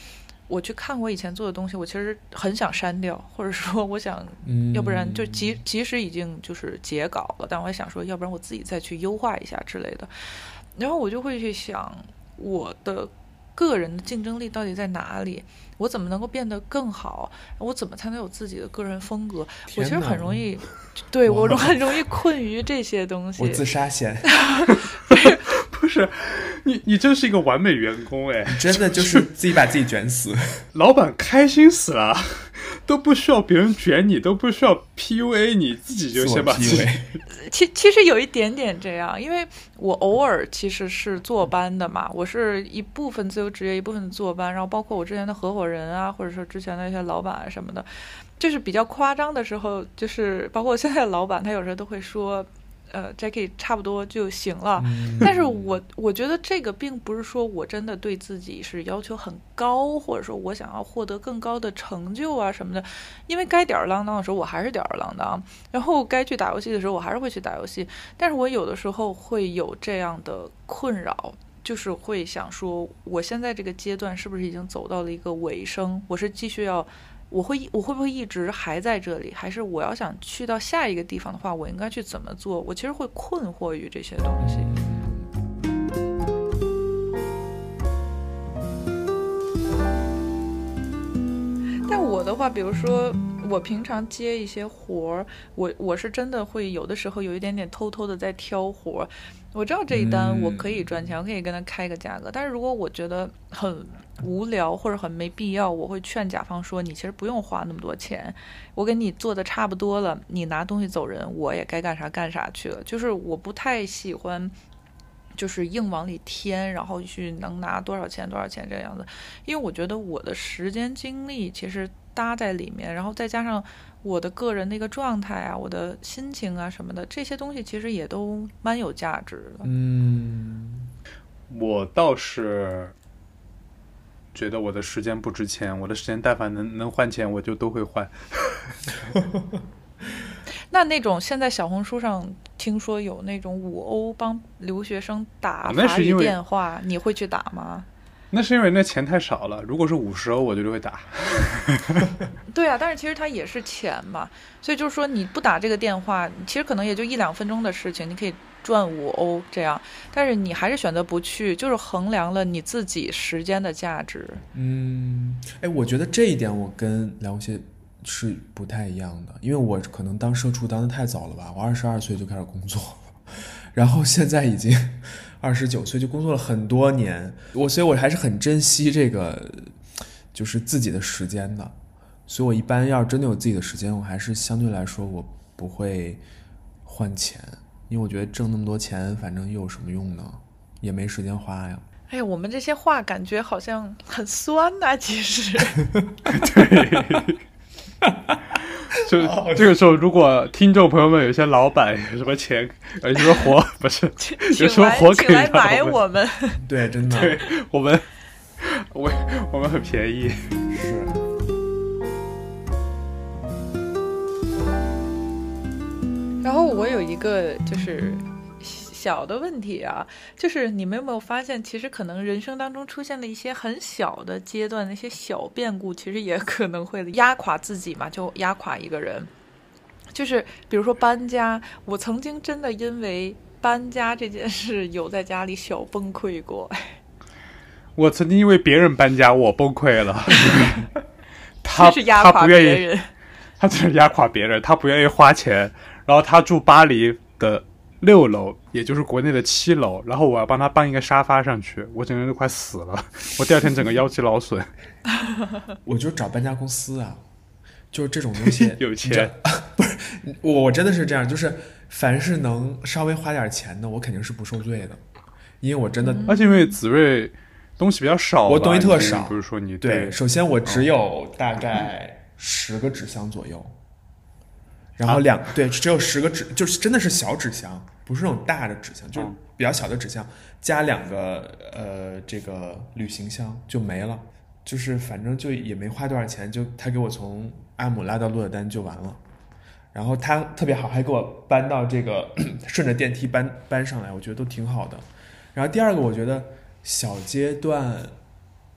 我去看我以前做的东西，我其实很想删掉，或者说我想，要不然就即即使已经就是截稿了，但我还想说，要不然我自己再去优化一下之类的。然后我就会去想，我的个人的竞争力到底在哪里？我怎么能够变得更好？我怎么才能有自己的个人风格？我其实很容易，对我很容易困于这些东西。 我自杀先。 不是，你你真是一个完美员工哎！ 真的就是自己把自己卷死， 老板开心死了，都不需要别人卷你，都不需要 P U A 你，自己就先把自己。 其其实有一点点这样，因为我偶尔其实是坐班的嘛，我是一部分自由职业，一部分坐班，然后包括我之前的合伙人啊，或者说之前的一些老板啊什么的，就是比较夸张的时候，就是包括现在的老板，他有时候都会说。呃 Jackie 差不多就行了、嗯、但是我我觉得这个并不是说我真的对自己是要求很高，或者说我想要获得更高的成就啊什么的，因为该吊儿郎当的时候我还是吊儿郎当，然后该去打游戏的时候我还是会去打游戏，但是我有的时候会有这样的困扰，就是会想说我现在这个阶段是不是已经走到了一个尾声，我是继续要我会我会不会一直还在这里，还是我要想去到下一个地方的话，我应该去怎么做？我其实会困惑于这些东西。但我的话，比如说我平常接一些活儿，我我是真的会有的时候有一点点偷偷的在挑活，我知道这一单我可以赚钱、嗯、我可以跟他开个价格，但是如果我觉得很无聊或者很没必要，我会劝甲方说你其实不用花那么多钱，我给你做的差不多了，你拿东西走人，我也该干啥干啥去了。就是我不太喜欢就是硬往里添，然后去能拿多少钱多少钱这样子，因为我觉得我的时间精力其实搭在里面，然后再加上我的个人的一个状态啊，我的心情啊什么的，这些东西其实也都蛮有价值的。 嗯，我倒是觉得我的时间不值钱，我的时间但凡能能换钱我就都会换。 那那种现在小红书上听说有那种五欧帮留学生打法语电话，你会去打吗？ 那是因为那钱太少了，如果是五十欧我就会打。 对啊，但是其实它也是钱嘛，所以就是说你不打这个电话，其实可能也就一两分钟的事情，你可以赚五欧这样，但是你还是选择不去，就是衡量了你自己时间的价值。 嗯，哎，我觉得这一点我跟梁谢是不太一样的，因为我可能当社畜当得太早了吧，我二十二岁就开始工作，然后现在已经二十九岁，就工作了很多年，我所以我还是很珍惜这个就是自己的时间的，所以我一般要真的有自己的时间，我还是相对来说我不会换钱，因为我觉得挣那么多钱反正又有什么用呢，也没时间花呀。 哎呀，我们这些话感觉好像很酸呐、啊、其实。 对。就这个时候，如果听众朋友们有些老板有什么钱，有什么活不是，有什么活可以来买我们， 对，真的， 对我们，我我们很便宜， 是。 然后我有一个就是小的问题啊，就是你们有没有发现，其实可能人生当中出现了一些很小的阶段，那些小变故，其实也可能会压垮自己嘛，就压垮一个人。就是比如说搬家，我曾经真的因为搬家这件事有在家里小崩溃过。 我曾经因为别人搬家我崩溃了。 他是压垮别人， 他只是压垮别人，他不愿意花钱，然后他住巴黎的六楼，也就是国内的七楼，然后我要帮他搬一个沙发上去，我整个人都快死了，我第二天整个腰肌劳损。 我就找搬家公司啊，就是这种东西有钱不是我我真的是这样，就是凡是能稍微花点钱的我肯定是不受罪的，因为我真的、嗯、 而且因为子睿东西比较少， 我东西特少， 不是说你对, 对首先我只有大概十个纸箱左右、嗯、然后两、啊、对只有十个纸，就是真的是小纸箱，不是那种大的纸箱，就是比较小的纸箱、嗯、加两个呃这个旅行箱就没了，就是反正就也没花多少钱，就他给我从阿姆拉到鹿特丹就完了，然后他特别好，还给我搬到这个顺着电梯搬搬上来，我觉得都挺好的。然后第二个我觉得小阶段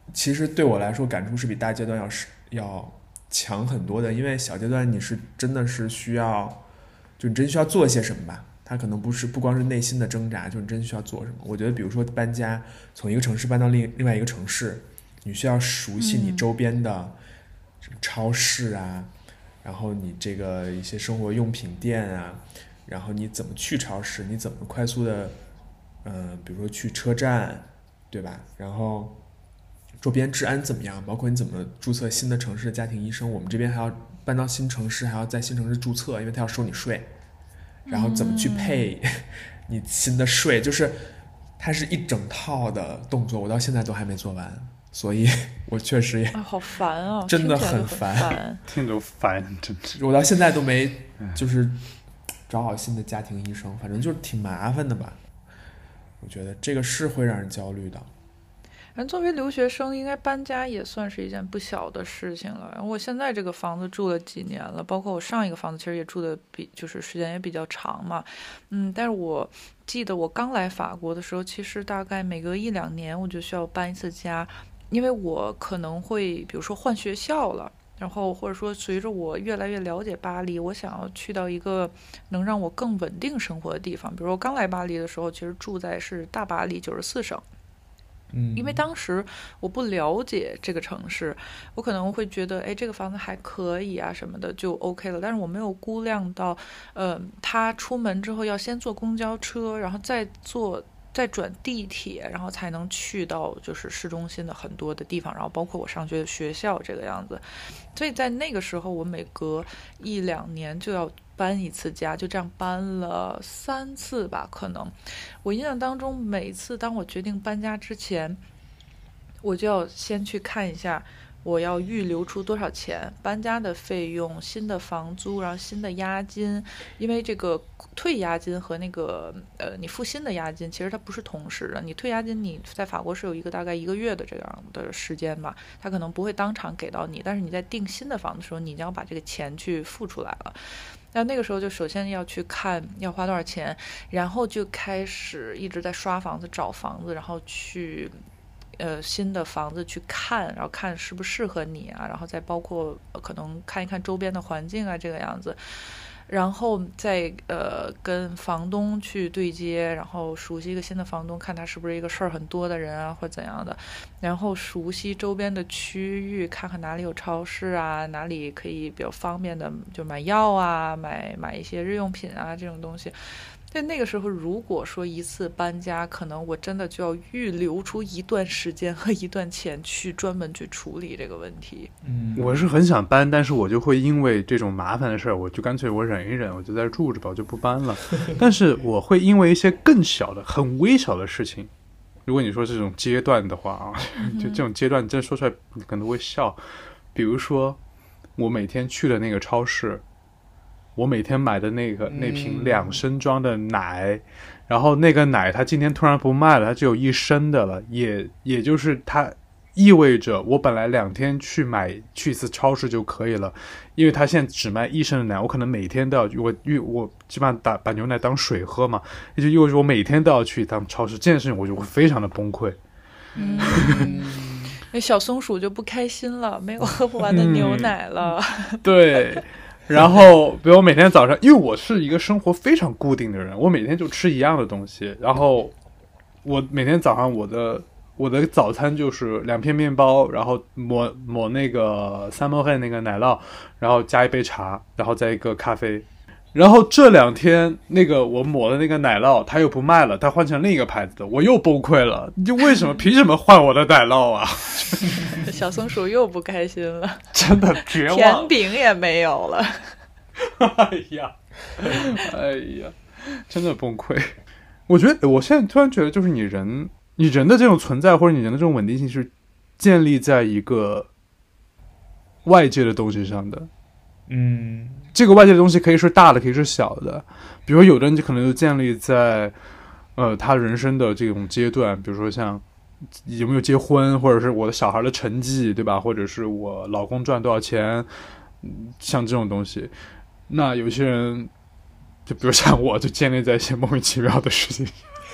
其实对我来说感触是比大阶段要是要强很多的，因为小阶段你是真的是需要，就你真需要做些什么吧。它可能不是不光是内心的挣扎，就你真需要做什么。我觉得，比如说搬家，从一个城市搬到另另外一个城市，你需要熟悉你周边的什么超市啊，嗯、然后你这个一些生活用品店啊，然后你怎么去超市，你怎么快速的，呃，比如说去车站，对吧？然后周边治安怎么样？包括你怎么注册新的城市的家庭医生。我们这边还要搬到新城市，还要在新城市注册，因为他要收你税。然后怎么去配你新的税，就是它是一整套的动作，我到现在都还没做完，所以我确实也、 啊、好烦啊， 真的很烦， 听着烦，真是。 我到现在都没就是找好新的家庭医生，反正就是挺麻烦的吧。我觉得这个是会让人焦虑的。 作为留学生，应该搬家也算是一件不小的事情了。我现在这个房子住了几年了，包括我上一个房子其实也住的比就是时间也比较长嘛，嗯，但是我记得我刚来法国的时候，其实大概每隔一两年我就需要搬一次家，因为我可能会比如说换学校了。然后或者说随着我越来越了解巴黎，我想要去到一个能让我更稳定生活的地方。比如我刚来巴黎的时候，其实住在是大巴黎九十四省。 嗯， 因为当时我不了解这个城市，我可能会觉得，哎，这个房子还可以啊什么的，就 OK 了。但是我没有估量到，呃，他出门之后要先坐公交车，然后再坐再转地铁，然后才能去到就是市中心的很多的地方，然后包括我上学的学校这个样子。所以在那个时候，我每隔一两年就要搬一次家，就这样搬了三次吧，可能。我印象当中，每次当我决定搬家之前，我就要先去看一下我要预留出多少钱，搬家的费用、新的房租，然后新的押金，因为这个退押金和那个呃你付新的押金其实它不是同时的。你退押金你在法国是有一个大概一个月的这样的时间吧，他可能不会当场给到你，但是你在订新的房子的时候，你已经要把这个钱去付出来了。那那个时候就首先要去看要花多少钱，然后就开始一直在刷房子、找房子，然后去呃新的房子去看，然后看适不适合你啊，然后再包括、呃、可能看一看周边的环境啊这个样子，然后再呃跟房东去对接，然后熟悉一个新的房东，看他是不是一个事儿很多的人啊或怎样的，然后熟悉周边的区域，看看哪里有超市啊，哪里可以比较方便的就买药啊，买买一些日用品啊这种东西。但那个时候如果说一次搬家，可能我真的就要预留出一段时间和一段钱去专门去处理这个问题。 嗯，我是很想搬，但是我就会因为这种麻烦的事儿，我就干脆我忍一忍，我就在这住着吧，我就不搬了。但是我会因为一些更小的很微小的事情，如果你说这种阶段的话啊，就这种阶段真说出来你可能会笑。比如说我每天去的那个超市，我每天买的那个那瓶两升装的奶、嗯、然后那个奶它今天突然不卖了，它只有一升的了，也也就是它意味着我本来两天去买去一次超市就可以了，因为它现在只卖一升的奶，我可能每天都要我我基本上打把牛奶当水喝嘛，也就意味着我每天都要去一趟超市，这件事情我就会非常的崩溃。 嗯，那小松鼠就不开心了，没有喝不完的牛奶了。 嗯、对。然后比如我每天早上，因为我是一个生活非常固定的人，我每天就吃一样的东西，然后我每天早上我的我的早餐就是两片面包，然后抹抹那个三毛黑那个奶酪，然后加一杯茶，然后再一个咖啡。然后这两天那个我抹的那个奶酪它又不卖了，它换成另一个牌子的，我又崩溃了，就为什么凭什么换我的奶酪啊？ 小松鼠又不开心了， 真的绝望， 甜饼也没有了。 哎呀哎呀真的崩溃。我觉得我现在突然觉得，就是你人你人的这种存在，或者你人的这种稳定性是建立在一个外界的东西上的。 嗯， 这个外界的东西可以是大的，可以是小的。比如有的人就可能就建立在呃他人生的这种阶段，比如说像有没有结婚，或者是我的小孩的成绩，对吧？或者是我老公赚多少钱，像这种东西。那有些人就比如像我，就建立在一些莫名其妙的事情。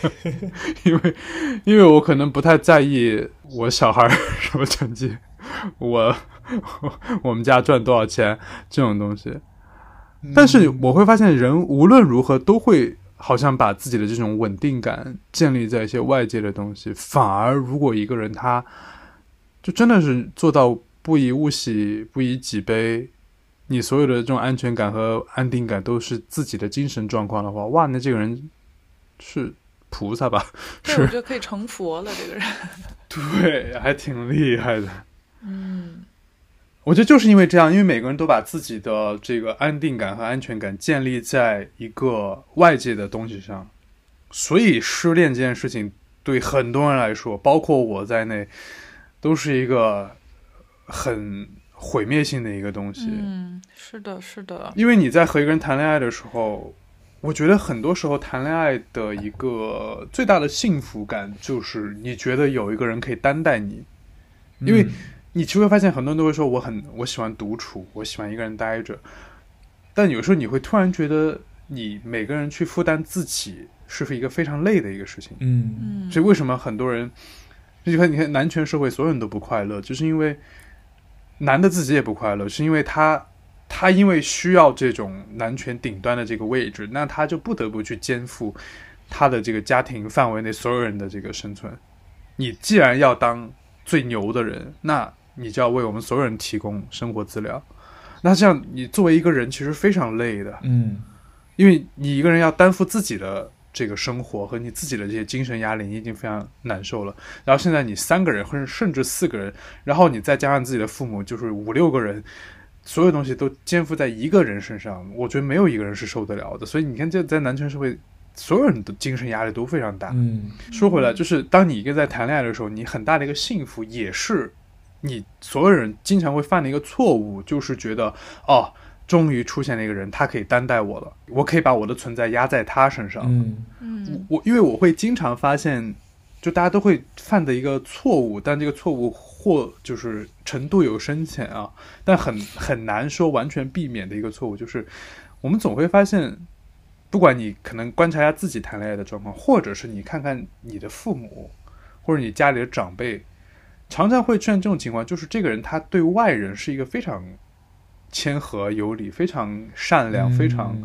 因为因为我可能不太在意我小孩什么成绩，我我我们家赚多少钱这种东西。但是我会发现人无论如何都会好像把自己的这种稳定感建立在一些外界的东西，反而如果一个人他就真的是做到不以物喜，不以己悲，你所有的这种安全感和安定感都是自己的精神状况的话，哇，那这个人是菩萨吧？ 对，我觉得可以成佛了，这个人。 对，还挺厉害的。 嗯， 我觉得就是因为这样，因为每个人都把自己的这个安定感和安全感建立在一个外界的东西上，所以失恋这件事情对很多人来说，包括我在内，都是一个很毁灭性的一个东西。 嗯，是的，是的。 因为你在和一个人谈恋爱的时候，我觉得很多时候谈恋爱的一个最大的幸福感就是你觉得有一个人可以担待你，因为你就会发现很多人都会说我很我喜欢独处，我喜欢一个人待着，但有时候你会突然觉得你每个人去负担自己是一个非常累的一个事情。 嗯， 所以为什么很多人你看你看男权社会所有人都不快乐，就是因为男的自己也不快乐，是因为他他因为需要这种男权顶端的这个位置，那他就不得不去肩负他的这个家庭范围内所有人的这个生存。你既然要当最牛的人，那你就要为我们所有人提供生活资料。那这样你作为一个人其实非常累的， 嗯， 因为你一个人要担负自己的这个生活和你自己的这些精神压力，你已经非常难受了。然后现在你三个人或者甚至四个人，然后你再加上自己的父母，就是五六个人，所有东西都肩负在一个人身上，我觉得没有一个人是受得了的。所以你看，这在男权社会，所有人的精神压力都非常大。 嗯， 说回来，就是当你一个在谈恋爱的时候，你很大的一个幸福，也是你所有人经常会犯的一个错误，就是觉得哦。终于出现了一个人，他可以担待我了，我可以把我的存在压在他身上。 嗯嗯， 我因为我会经常发现，就大家都会犯的一个错误，但这个错误或就是程度有深浅啊，但很很难说完全避免的一个错误，就是我们总会发现，不管你可能观察一下自己谈恋爱的状况，或者是你看看你的父母或者你家里的长辈，常常会出现这种情况，就是这个人他对外人是一个非常谦和有礼，非常善良，非常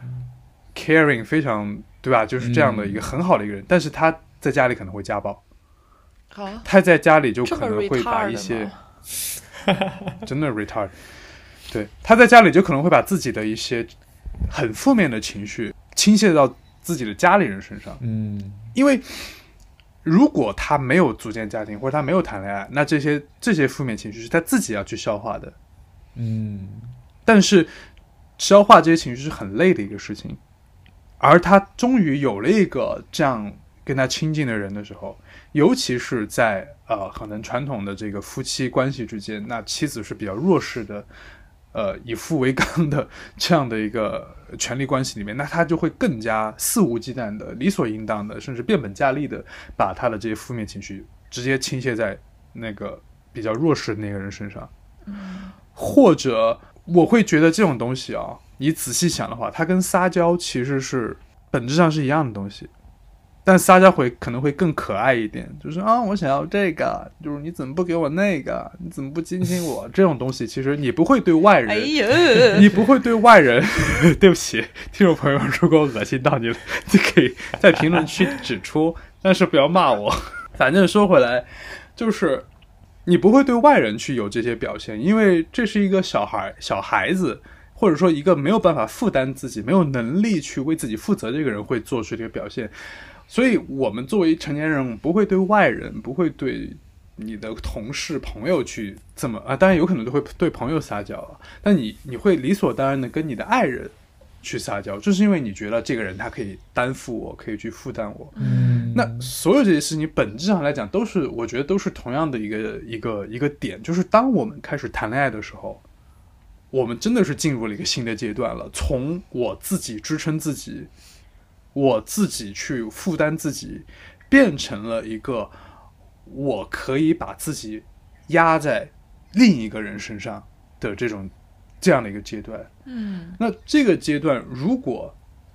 caring， 非常对吧，就是这样的一个很好的一个人，但是他在家里可能会家暴。 好， 他在家里就可能会把一些真的 retard， 对，他在家里就可能会把自己的一些很负面的情绪倾泻到自己的家里人身上。 嗯， 因为如果他没有组建家庭，或者他没有谈恋爱，那这些这些负面情绪是他自己要去消化的。 嗯， 但是消化这些情绪是很累的一个事情，而他终于有了一个这样跟他亲近的人的时候，尤其是在呃可能传统的这个夫妻关系之间，那妻子是比较弱势的，呃以父为纲的这样的一个权力关系里面，那他就会更加肆无忌惮的、理所应当的，甚至变本加厉的把他的这些负面情绪直接倾泻在那个比较弱势的那个人身上。 嗯， 或者我会觉得这种东西啊，你仔细想的话，它跟撒娇其实是本质上是一样的东西，但撒娇会可能会更可爱一点，就是啊，我想要这个，就是你怎么不给我那个，你怎么不亲亲我？这种东西其实你不会对外人， 哎呀， 你不会对外人，对不起，听众朋友，如果恶心到你了，你可以在评论区指出，但是不要骂我。反正说回来，就是你不会对外人去有这些表现，因为这是一个小孩小孩子，或者说一个没有办法负担自己、没有能力去为自己负责这个人会做出这个表现。所以我们作为成年人，不会对外人，不会对你的同事朋友去这么啊，当然有可能都会对朋友撒娇啊，但你你会理所当然的跟你的爱人去撒娇，就是因为你觉得这个人他可以担负我，可以去负担我。 嗯， 那所有这些事情本质上来讲都是，我觉得都是同样的一个一个一个点，就是当我们开始谈恋爱的时候，我们真的是进入了一个新的阶段了，从我自己支撑自己，我自己去负担自己，变成了一个我可以把自己压在另一个人身上的这种这样的一个阶段。 嗯， 那这个阶段如果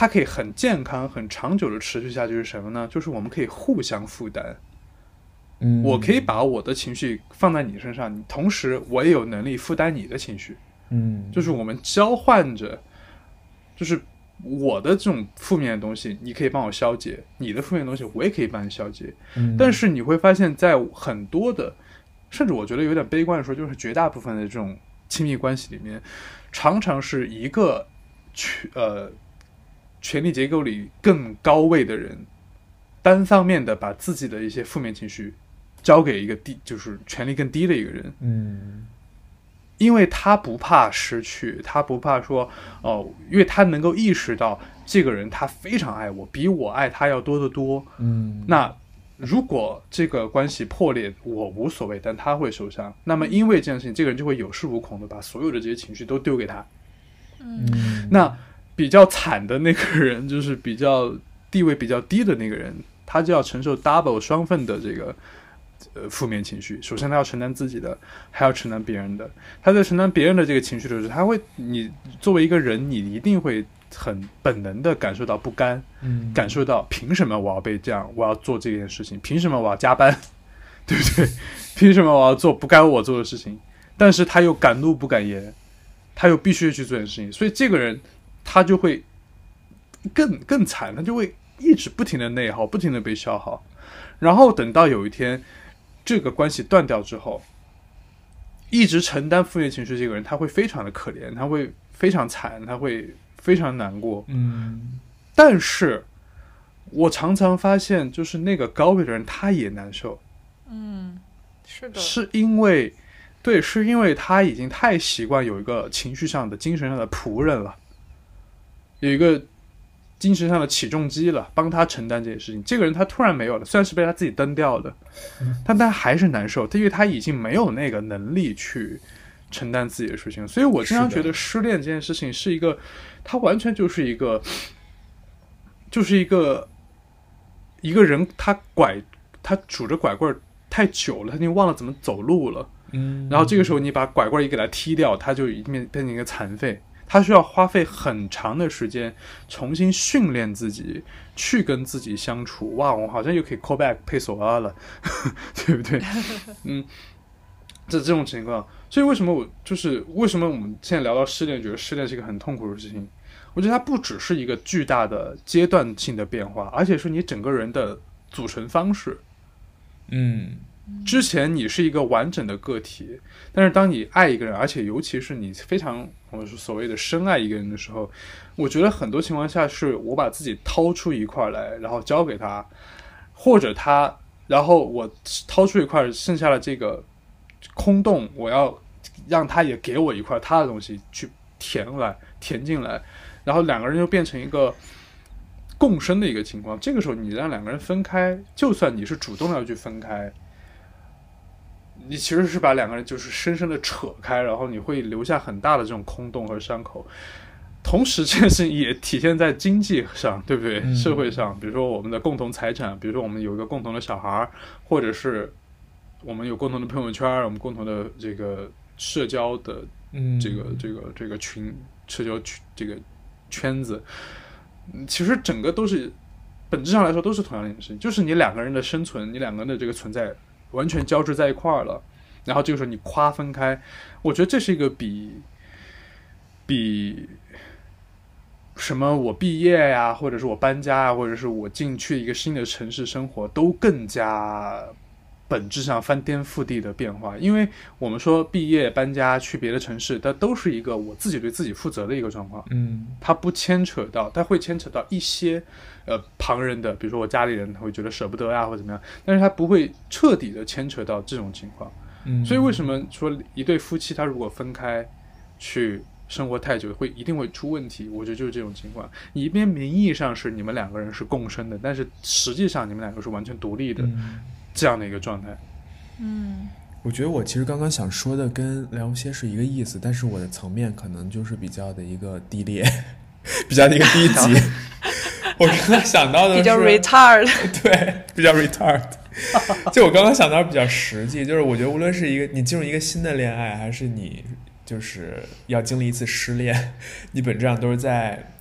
它可以很健康很长久的持续下去是什么呢？就是我们可以互相负担。 嗯， 我可以把我的情绪放在你身上，你同时我也有能力负担你的情绪。 嗯， 就是我们交换着，就是我的这种负面的东西你可以帮我消解，你的负面的东西我也可以帮你消解。 嗯， 但是你会发现在很多的，甚至我觉得有点悲观的说，就是绝大部分的这种亲密关系里面，常常是一个呃权力结构里更高位的人单方面的把自己的一些负面情绪交给一个低，就是权力更低的一个人。 嗯， 因为他不怕失去，他不怕说哦，因为他能够意识到这个人他非常爱我，比我爱他要多得多。 嗯， 那如果这个关系破裂，我无所谓，但他会受伤。那么因为这件事情，这个人就会有恃无恐的把所有的这些情绪都丢给他。 嗯， 那比较惨的那个人，就是比较地位比较低的那个人，他就要承受 double 双份的这个呃负面情绪。首先他要承担自己的，还要承担别人的。他在承担别人的这个情绪的时候，他会，你作为一个人，你一定会很本能的感受到不甘， 嗯， 感受到凭什么我要被这样，我要做这件事情，凭什么我要加班，对不对？凭什么我要做不该我做的事情？但是他又敢怒不敢言，他又必须去做这件事情，所以这个人他就会更更惨，他就会一直不停的内耗，不停的被消耗，然后等到有一天这个关系断掉之后，一直承担负面情绪这个人他会非常的可怜，他会非常惨，他会非常难过。 嗯， 但是我常常发现就是那个高位的人他也难受。 嗯，是的， 是因为对，是因为他已经太习惯有一个情绪上的精神上的仆人了，有一个精神上的起重机了，帮他承担这些事情。这个人他突然没有了，虽然是被他自己蹬掉的，但他还是难受，因为他已经没有那个能力去承担自己的事情。所以我经常觉得失恋这件事情是一个，他完全就是一个就是一个一个人他拐他拄着拐棍太久了，他已经忘了怎么走路了。 嗯， 然后这个时候你把拐棍一给他踢掉，他就已经变成一个残废。他需要花费很长的时间重新训练自己，去跟自己相处。哇，我好像又可以 call back 佩索阿了，对不对？嗯，这这种情况，所以为什么我就是为什么我们现在聊到失恋，觉得失恋是一个很痛苦的事情？我觉得它不只是一个巨大的阶段性的变化，而且是你整个人的组成方式。 嗯， 之前你是一个完整的个体，但是当你爱一个人，而且尤其是你非常我们说所谓的深爱一个人的时候，我觉得很多情况下是我把自己掏出一块来，然后交给他，或者他，然后我掏出一块，剩下的这个空洞，我要让他也给我一块他的东西去填来填进来，然后两个人就变成一个共生的一个情况。这个时候你让两个人分开，就算你是主动要去分开，你其实是把两个人就是深深的扯开，然后你会留下很大的这种空洞和伤口。同时这件事情也体现在经济上，对不对？ 嗯、 社会上，比如说我们的共同财产，比如说我们有一个共同的小孩，或者是我们有共同的朋友圈，我们共同的这个社交的这个、嗯、这个这个群社交群这个圈子，其实整个都是本质上来说都是同样的一件事情，就是你两个人的生存，你两个人的这个存在完全交织在一块儿了，然后这个时候你夸分开，我觉得这是一个比比什么我毕业呀，或者是我搬家呀，或者是我进去一个新的城市生活都更加本质上翻天覆地的变化。因为我们说毕业搬家去别的城市，它都是一个我自己对自己负责的一个状况， 嗯， 它不牵扯到，它会牵扯到一些呃旁人的，比如说我家里人会觉得舍不得呀或者怎么样，但是它不会彻底的牵扯到这种情况。 嗯， 所以为什么说一对夫妻他如果分开去生活太久会一定会出问题，我觉得就是这种情况。你一边名义上是你们两个人是共生的，但是实际上你们两个是完全独立的、嗯、这样的一个状态。 嗯， 我觉得我其实刚刚想说的跟聊些是一个意思，但是我的层面可能就是比较的一个低劣比较的一个低级我刚刚想到的是比较 retard 对，比较 retard 就我刚刚想到比较实际，就是我觉得无论是一个你进入一个新的恋爱，还是你就是要经历一次失恋，你本质上都是在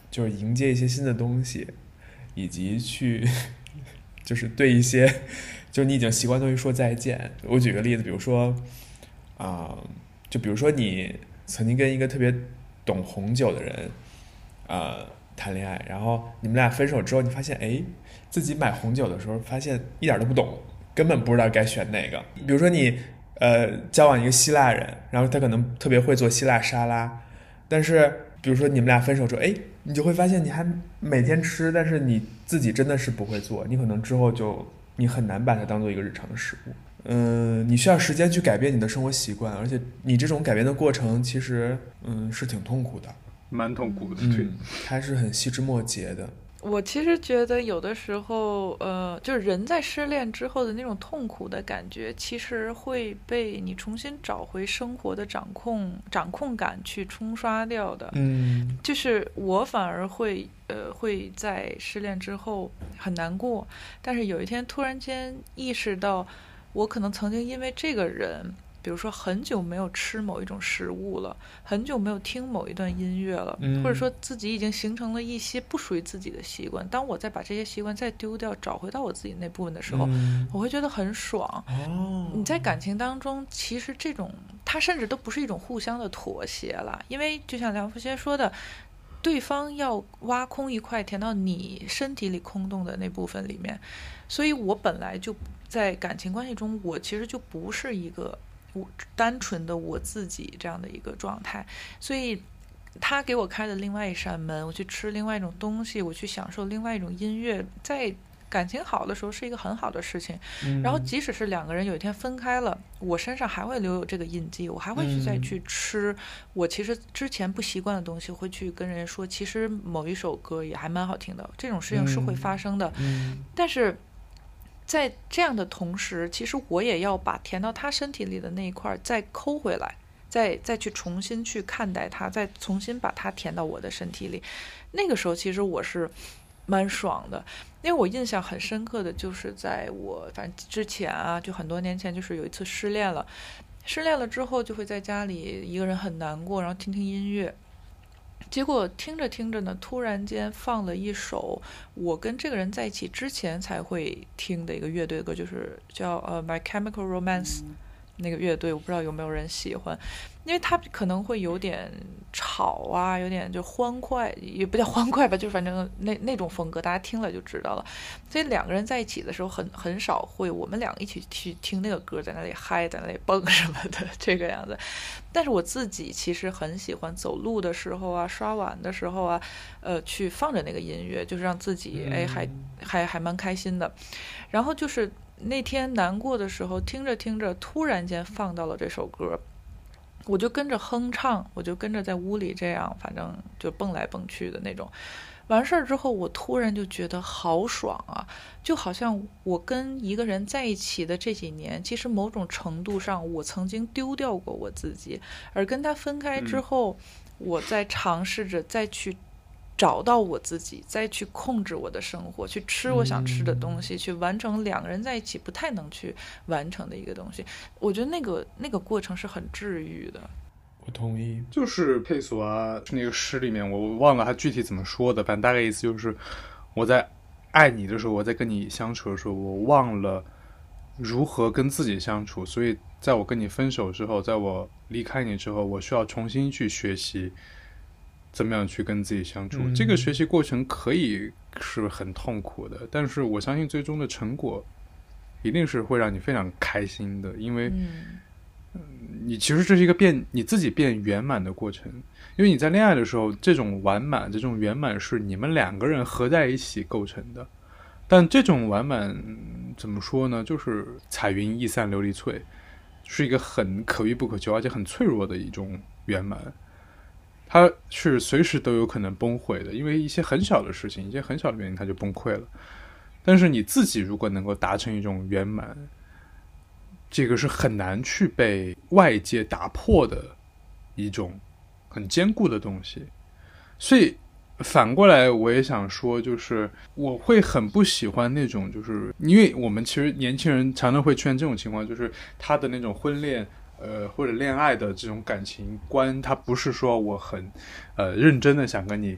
就是迎接一些新的东西，以及去就是对一些就你已经习惯的东西说再见。我举个例子，比如说啊、呃，就比如说你曾经跟一个特别懂红酒的人呃谈恋爱，然后你们俩分手之后，你发现哎，自己买红酒的时候发现一点都不懂，根本不知道该选哪个。比如说你呃交往一个希腊人，然后他可能特别会做希腊沙拉，但是比如说你们俩分手之后，哎，你就会发现你还每天吃，但是你自己真的是不会做，你可能之后就你很难把它当做一个日常的食物。嗯，你需要时间去改变你的生活习惯，而且你这种改变的过程其实嗯是挺痛苦的， 蛮痛苦的，对， 嗯，它是很细枝末节的。 我其实觉得有的时候，呃，就是人在失恋之后的那种痛苦的感觉，其实会被你重新找回生活的掌控、掌控感去冲刷掉的。 嗯， 就是我反而会，呃，会在失恋之后很难过，但是有一天突然间意识到，我可能曾经因为这个人。比如说很久没有吃某一种食物了，很久没有听某一段音乐了， 嗯， 或者说自己已经形成了一些不属于自己的习惯，当我再把这些习惯再丢掉，找回到我自己那部分的时候， 嗯， 我会觉得很爽。 哦， 你在感情当中其实这种它甚至都不是一种互相的妥协了，因为就像梁福先说的，对方要挖空一块填到你身体里空洞的那部分里面，所以我本来就在感情关系中，我其实就不是一个我单纯的我自己这样的一个状态，所以他给我开了另外一扇门，我去吃另外一种东西，我去享受另外一种音乐，在感情好的时候是一个很好的事情。 嗯， 然后即使是两个人有一天分开了，我身上还会留有这个印记，我还会去再去吃我其实之前不习惯的东西，会去跟人说其实某一首歌也还蛮好听的，这种事情是会发生的。 嗯， 但是在这样的同时，其实我也要把填到他身体里的那一块再抠回来，再再去重新去看待它，再重新把它填到我的身体里。那个时候其实我是蛮爽的，因为我印象很深刻的就是在我反正之前啊，就很多年前，就是有一次失恋了，失恋了之后就会在家里一个人很难过，然后听听音乐。结果听着听着呢，突然间放了一首我跟这个人在一起之前才会听的一个乐队的歌，就是叫呃 My Chemical Romance 那个乐队，我不知道有没有人喜欢，因为它可能会有点吵啊，有点就欢快，也不叫欢快吧，就反正那那种风格，大家听了就知道了。所以两个人在一起的时候很很少会我们两个一起去听那个歌，在那里嗨，在那里蹦什么的这个样子。但是我自己其实很喜欢走路的时候啊，刷碗的时候啊，呃，去放着那个音乐，就是让自己哎还还还蛮开心的。然后就是那天难过的时候，听着听着，突然间放到了这首歌，我就跟着哼唱，我就跟着在屋里这样，反正就蹦来蹦去的那种。完事儿之后，我突然就觉得好爽啊，就好像我跟一个人在一起的这几年，其实某种程度上我曾经丢掉过我自己，而跟他分开之后，嗯、我在尝试着再去找到我自己，再去控制我的生活，去吃我想吃的东西，嗯、去完成两个人在一起不太能去完成的一个东西。我觉得那个那个过程是很治愈的。 我同意， 就是佩索啊，那个诗里面我忘了他具体怎么说的，反正大概意思就是我在爱你的时候，我在跟你相处的时候，我忘了如何跟自己相处，所以在我跟你分手之后，在我离开你之后，我需要重新去学习怎么样去跟自己相处、嗯、这个学习过程可以是很痛苦的，但是我相信最终的成果一定是会让你非常开心的，因为、嗯你其实这是一个变你自己变圆满的过程，因为你在恋爱的时候，这种完满这种圆满是你们两个人合在一起构成的，但这种完满怎么说呢，就是彩云易散琉璃脆，是一个很可遇不可求而且很脆弱的一种圆满，它是随时都有可能崩溃的，因为一些很小的事情一些很小的原因它就崩溃了，但是你自己如果能够达成一种圆满，这个是很难去被外界打破的一种很坚固的东西。所以反过来我也想说，就是我会很不喜欢那种，就是因为我们其实年轻人常常会出现这种情况，就是他的那种婚恋呃或者恋爱的这种感情观，他不是说我很呃认真的想跟你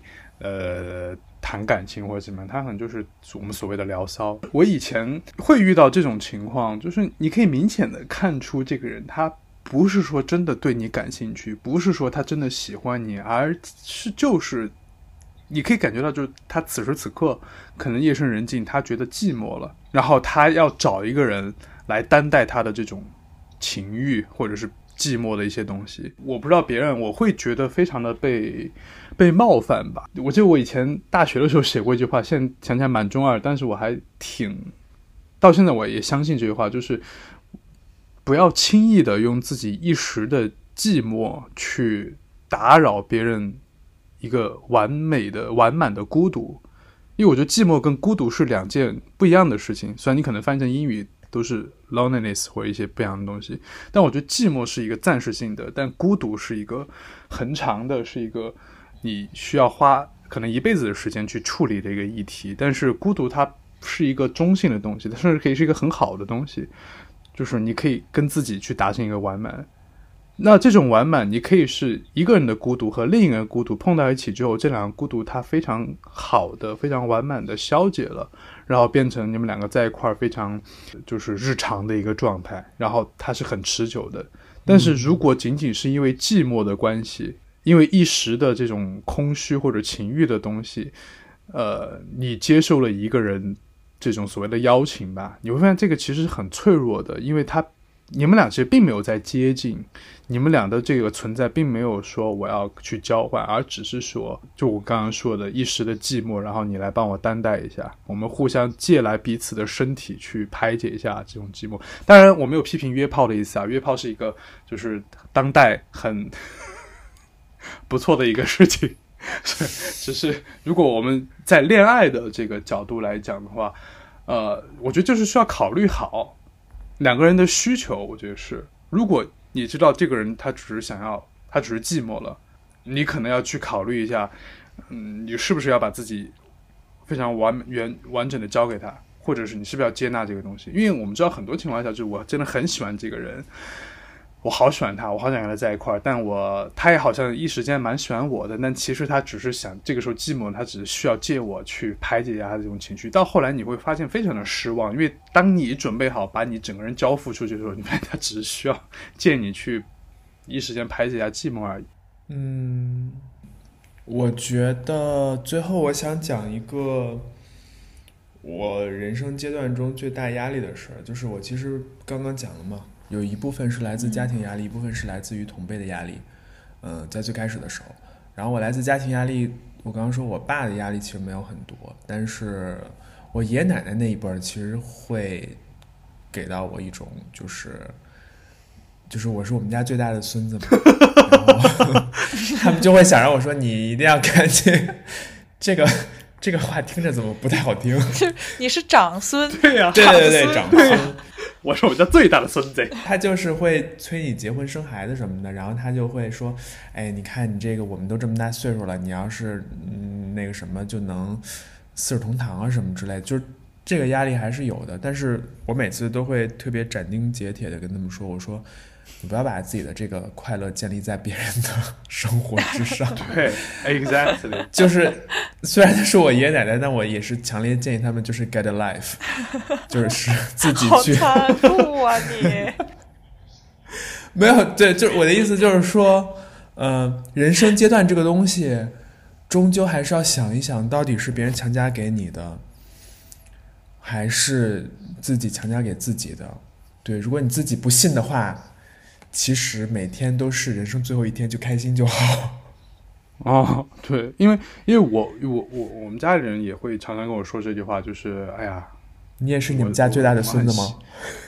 呃谈感情或者怎么样，他可能就是我们所谓的聊骚。我以前会遇到这种情况，就是你可以明显的看出这个人他不是说真的对你感兴趣，不是说他真的喜欢你，而是就是你可以感觉到，就是他此时此刻可能夜深人静，他觉得寂寞了，然后他要找一个人来担待他的这种情欲或者是寂寞的一些东西。我不知道别人，我会觉得非常的被被冒犯吧。我记得我以前大学的时候写过一句话，现在想起来蛮中二，但是我还挺到现在我也相信这句话，就是不要轻易的用自己一时的寂寞去打扰别人一个完美的完满的孤独。因为我觉得寂寞跟孤独是两件不一样的事情，虽然你可能翻译成英语都是 loneliness 或者一些不一样的东西，但我觉得寂寞是一个暂时性的，但孤独是一个很长的，是一个你需要花可能一辈子的时间去处理的一个议题。但是孤独它是一个中性的东西，它甚至可以是一个很好的东西，就是你可以跟自己去达成一个完满。那这种完满，你可以是一个人的孤独和另一个人的孤独碰到一起之后，这两个孤独它非常好的非常完满的消解了，然后变成你们两个在一块非常就是日常的一个状态，然后它是很持久的。但是如果仅仅是因为寂寞的关系，因为一时的这种空虚或者情欲的东西，呃，你接受了一个人这种所谓的邀请吧，你会发现这个其实是很脆弱的，因为它你们俩其实并没有在接近，你们俩的这个存在并没有说我要去交换，而只是说就我刚刚说的一时的寂寞，然后你来帮我担待一下，我们互相借来彼此的身体去排解一下这种寂寞。当然我没有批评约炮的意思啊，约炮是一个就是当代很不错的一个事情，只是如果我们在恋爱的这个角度来讲的话，呃，我觉得就是需要考虑好两个人的需求。我觉得是，如果你知道这个人他只是想要，他只是寂寞了，你可能要去考虑一下，嗯，你是不是要把自己非常完完完整的交给他，或者是你是不是要接纳这个东西。因为我们知道很多情况下，就是我真的很喜欢这个人，我好喜欢他，我好想跟他在一块儿，但我他也好像一时间蛮喜欢我的，但其实他只是想这个时候寂寞，他只是需要借我去排解一下他这种情绪。到后来你会发现非常的失望，因为当你准备好把你整个人交付出去的时候，你发现他只是需要借你去一时间排解一下寂寞而已。 嗯，我觉得最后我想讲一个我人生阶段中最大压力的事儿，就是我其实刚刚讲了嘛，有一部分是来自家庭压力，一部分是来自于同辈的压力。嗯，在最开始的时候，然后我来自家庭压力，我刚刚说我爸的压力其实没有很多，但是我爷爷奶奶那一辈其实会给到我一种就是就是我是我们家最大的孙子嘛，然后他们就会想让我说你一定要赶紧这个这个话听着怎么不太好听？ 你是长孙？ 对呀、啊， 对对对，长孙。 我是我家最大的孙子。 他就是会催你结婚生孩子什么的，然后他就会说：“哎，你看你这个，我们都这么大岁数了，你要是嗯那个什么就能四世同堂啊什么之类的，就是这个压力还是有的。但是我每次都会特别斩钉截铁的跟他们说，我说。”你不要把自己的这个快乐建立在别人的生活之上。 对 ，exactly， 就是虽然他是我爷爷奶奶，但我也是强烈建议他们就是 get a life， 就是自己去。 好残酷啊你！ 没有，对，就是我的意思就是说，呃，人生阶段这个东西，终究还是要想一想，到底是别人强加给你的，还是自己强加给自己的。对，如果你自己不信的话。其实每天都是人生最后一天，就开心就好。 哦，对，因为因为我我我我们家里人也会常常跟我说这句话，就是哎呀， 你也是你们家最大的孙子吗？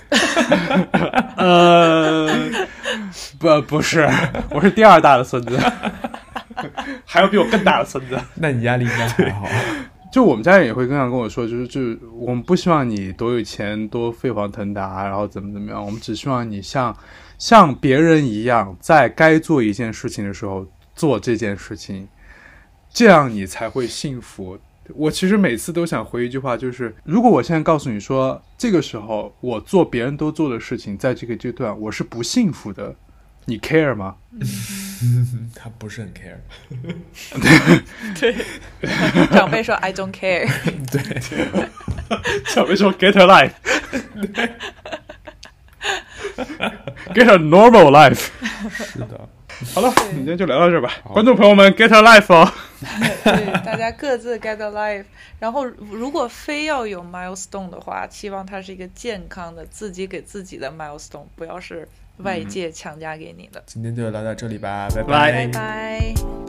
呃，不不是，我是第二大的孙子，还有比我更大的孙子。 那你压力应该还好。 就我们家人也会经常跟我说，就是就是我们不希望你多有钱多飞黄腾达，然后怎么怎么样，我们只希望你像像别人一样，在该做一件事情的时候做这件事情，这样你才会幸福。我其实每次都想回一句话，就是如果我现在告诉你说这个时候我做别人都做的事情，在这个阶段我是不幸福的， 你 care 吗？ 他不是很 care。 对，长辈说 I don't care。 对， 长辈说 get a life。Get a normal life。 是的。 好了，今天就聊到这儿吧。观众朋友们 ，get a life 哦。 对，大家各自 get a life。然后，如果非要有 milestone 的话，希望它是一个健康的，自己给自己的 milestone， 不要是外界强加给你的。 今天就聊到这里吧，拜拜拜拜。